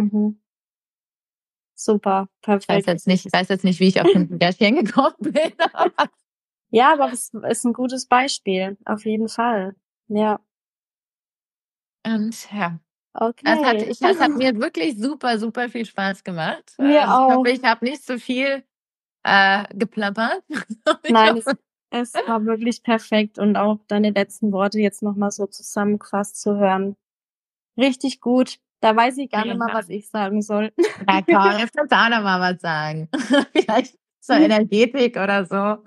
Super, Ich weiß perfekt. jetzt nicht, wie ich auf Kim Kardashian gekommen bin. Ja, aber es ist ein gutes Beispiel, auf jeden Fall. Ja, Und ja, okay. es hat mir wirklich super, super viel Spaß gemacht. Mir Ich auch. hoffe, ich habe nicht so viel geplappert. Ich Nein, hoffe, es war wirklich perfekt und auch deine letzten Worte jetzt nochmal so zusammengefasst zu hören. Richtig gut. Da weiß ich gar nicht mal, was ich sagen soll. na komm, jetzt kannst du auch noch mal was sagen. Vielleicht zur Energetik oder so.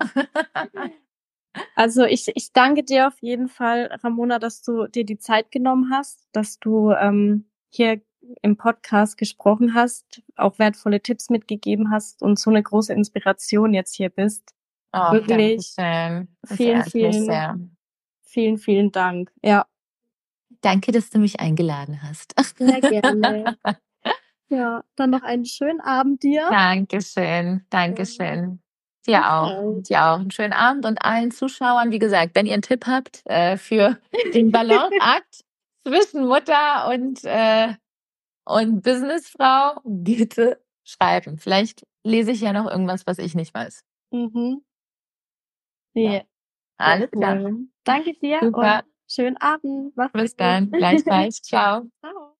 Also ich danke dir auf jeden Fall, Ramona, dass du dir die Zeit genommen hast, dass du hier im Podcast gesprochen hast, auch wertvolle Tipps mitgegeben hast und so eine große Inspiration jetzt hier bist. Oh, danke Wirklich schön. Das vielen, ehrt mich vielen, sehr. vielen, vielen Dank. Ja, Danke, dass du mich eingeladen hast. sehr gerne. Ja, dann noch einen schönen Abend dir. Dankeschön, Dankeschön. Dir auch. Okay. Dir auch. Einen schönen Abend und allen Zuschauern, wie gesagt, wenn ihr einen Tipp habt für den Balanceakt zwischen Mutter und Businessfrau, bitte schreiben. Vielleicht lese ich ja noch irgendwas, was ich nicht weiß. Mhm. Ja. Ja, sehr Alles klar. cool. Danke dir Super. und schönen Abend. Mach's Bis gut. dann. Gleichfalls. Ciao. Ciao.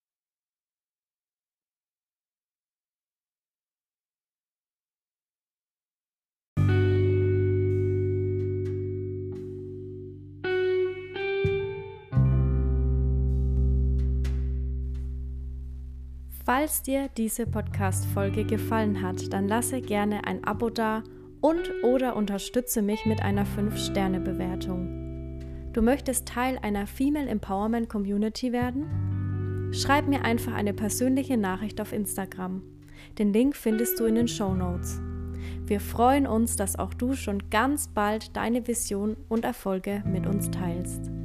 Falls dir diese Podcast-Folge gefallen hat, dann lasse gerne ein Abo da und/oder unterstütze mich mit einer 5-Sterne-Bewertung. Du möchtest Teil einer Female Empowerment Community werden? Schreib mir einfach eine persönliche Nachricht auf Instagram. Den Link findest du in den Shownotes. Wir freuen uns, dass auch du schon ganz bald deine Vision und Erfolge mit uns teilst.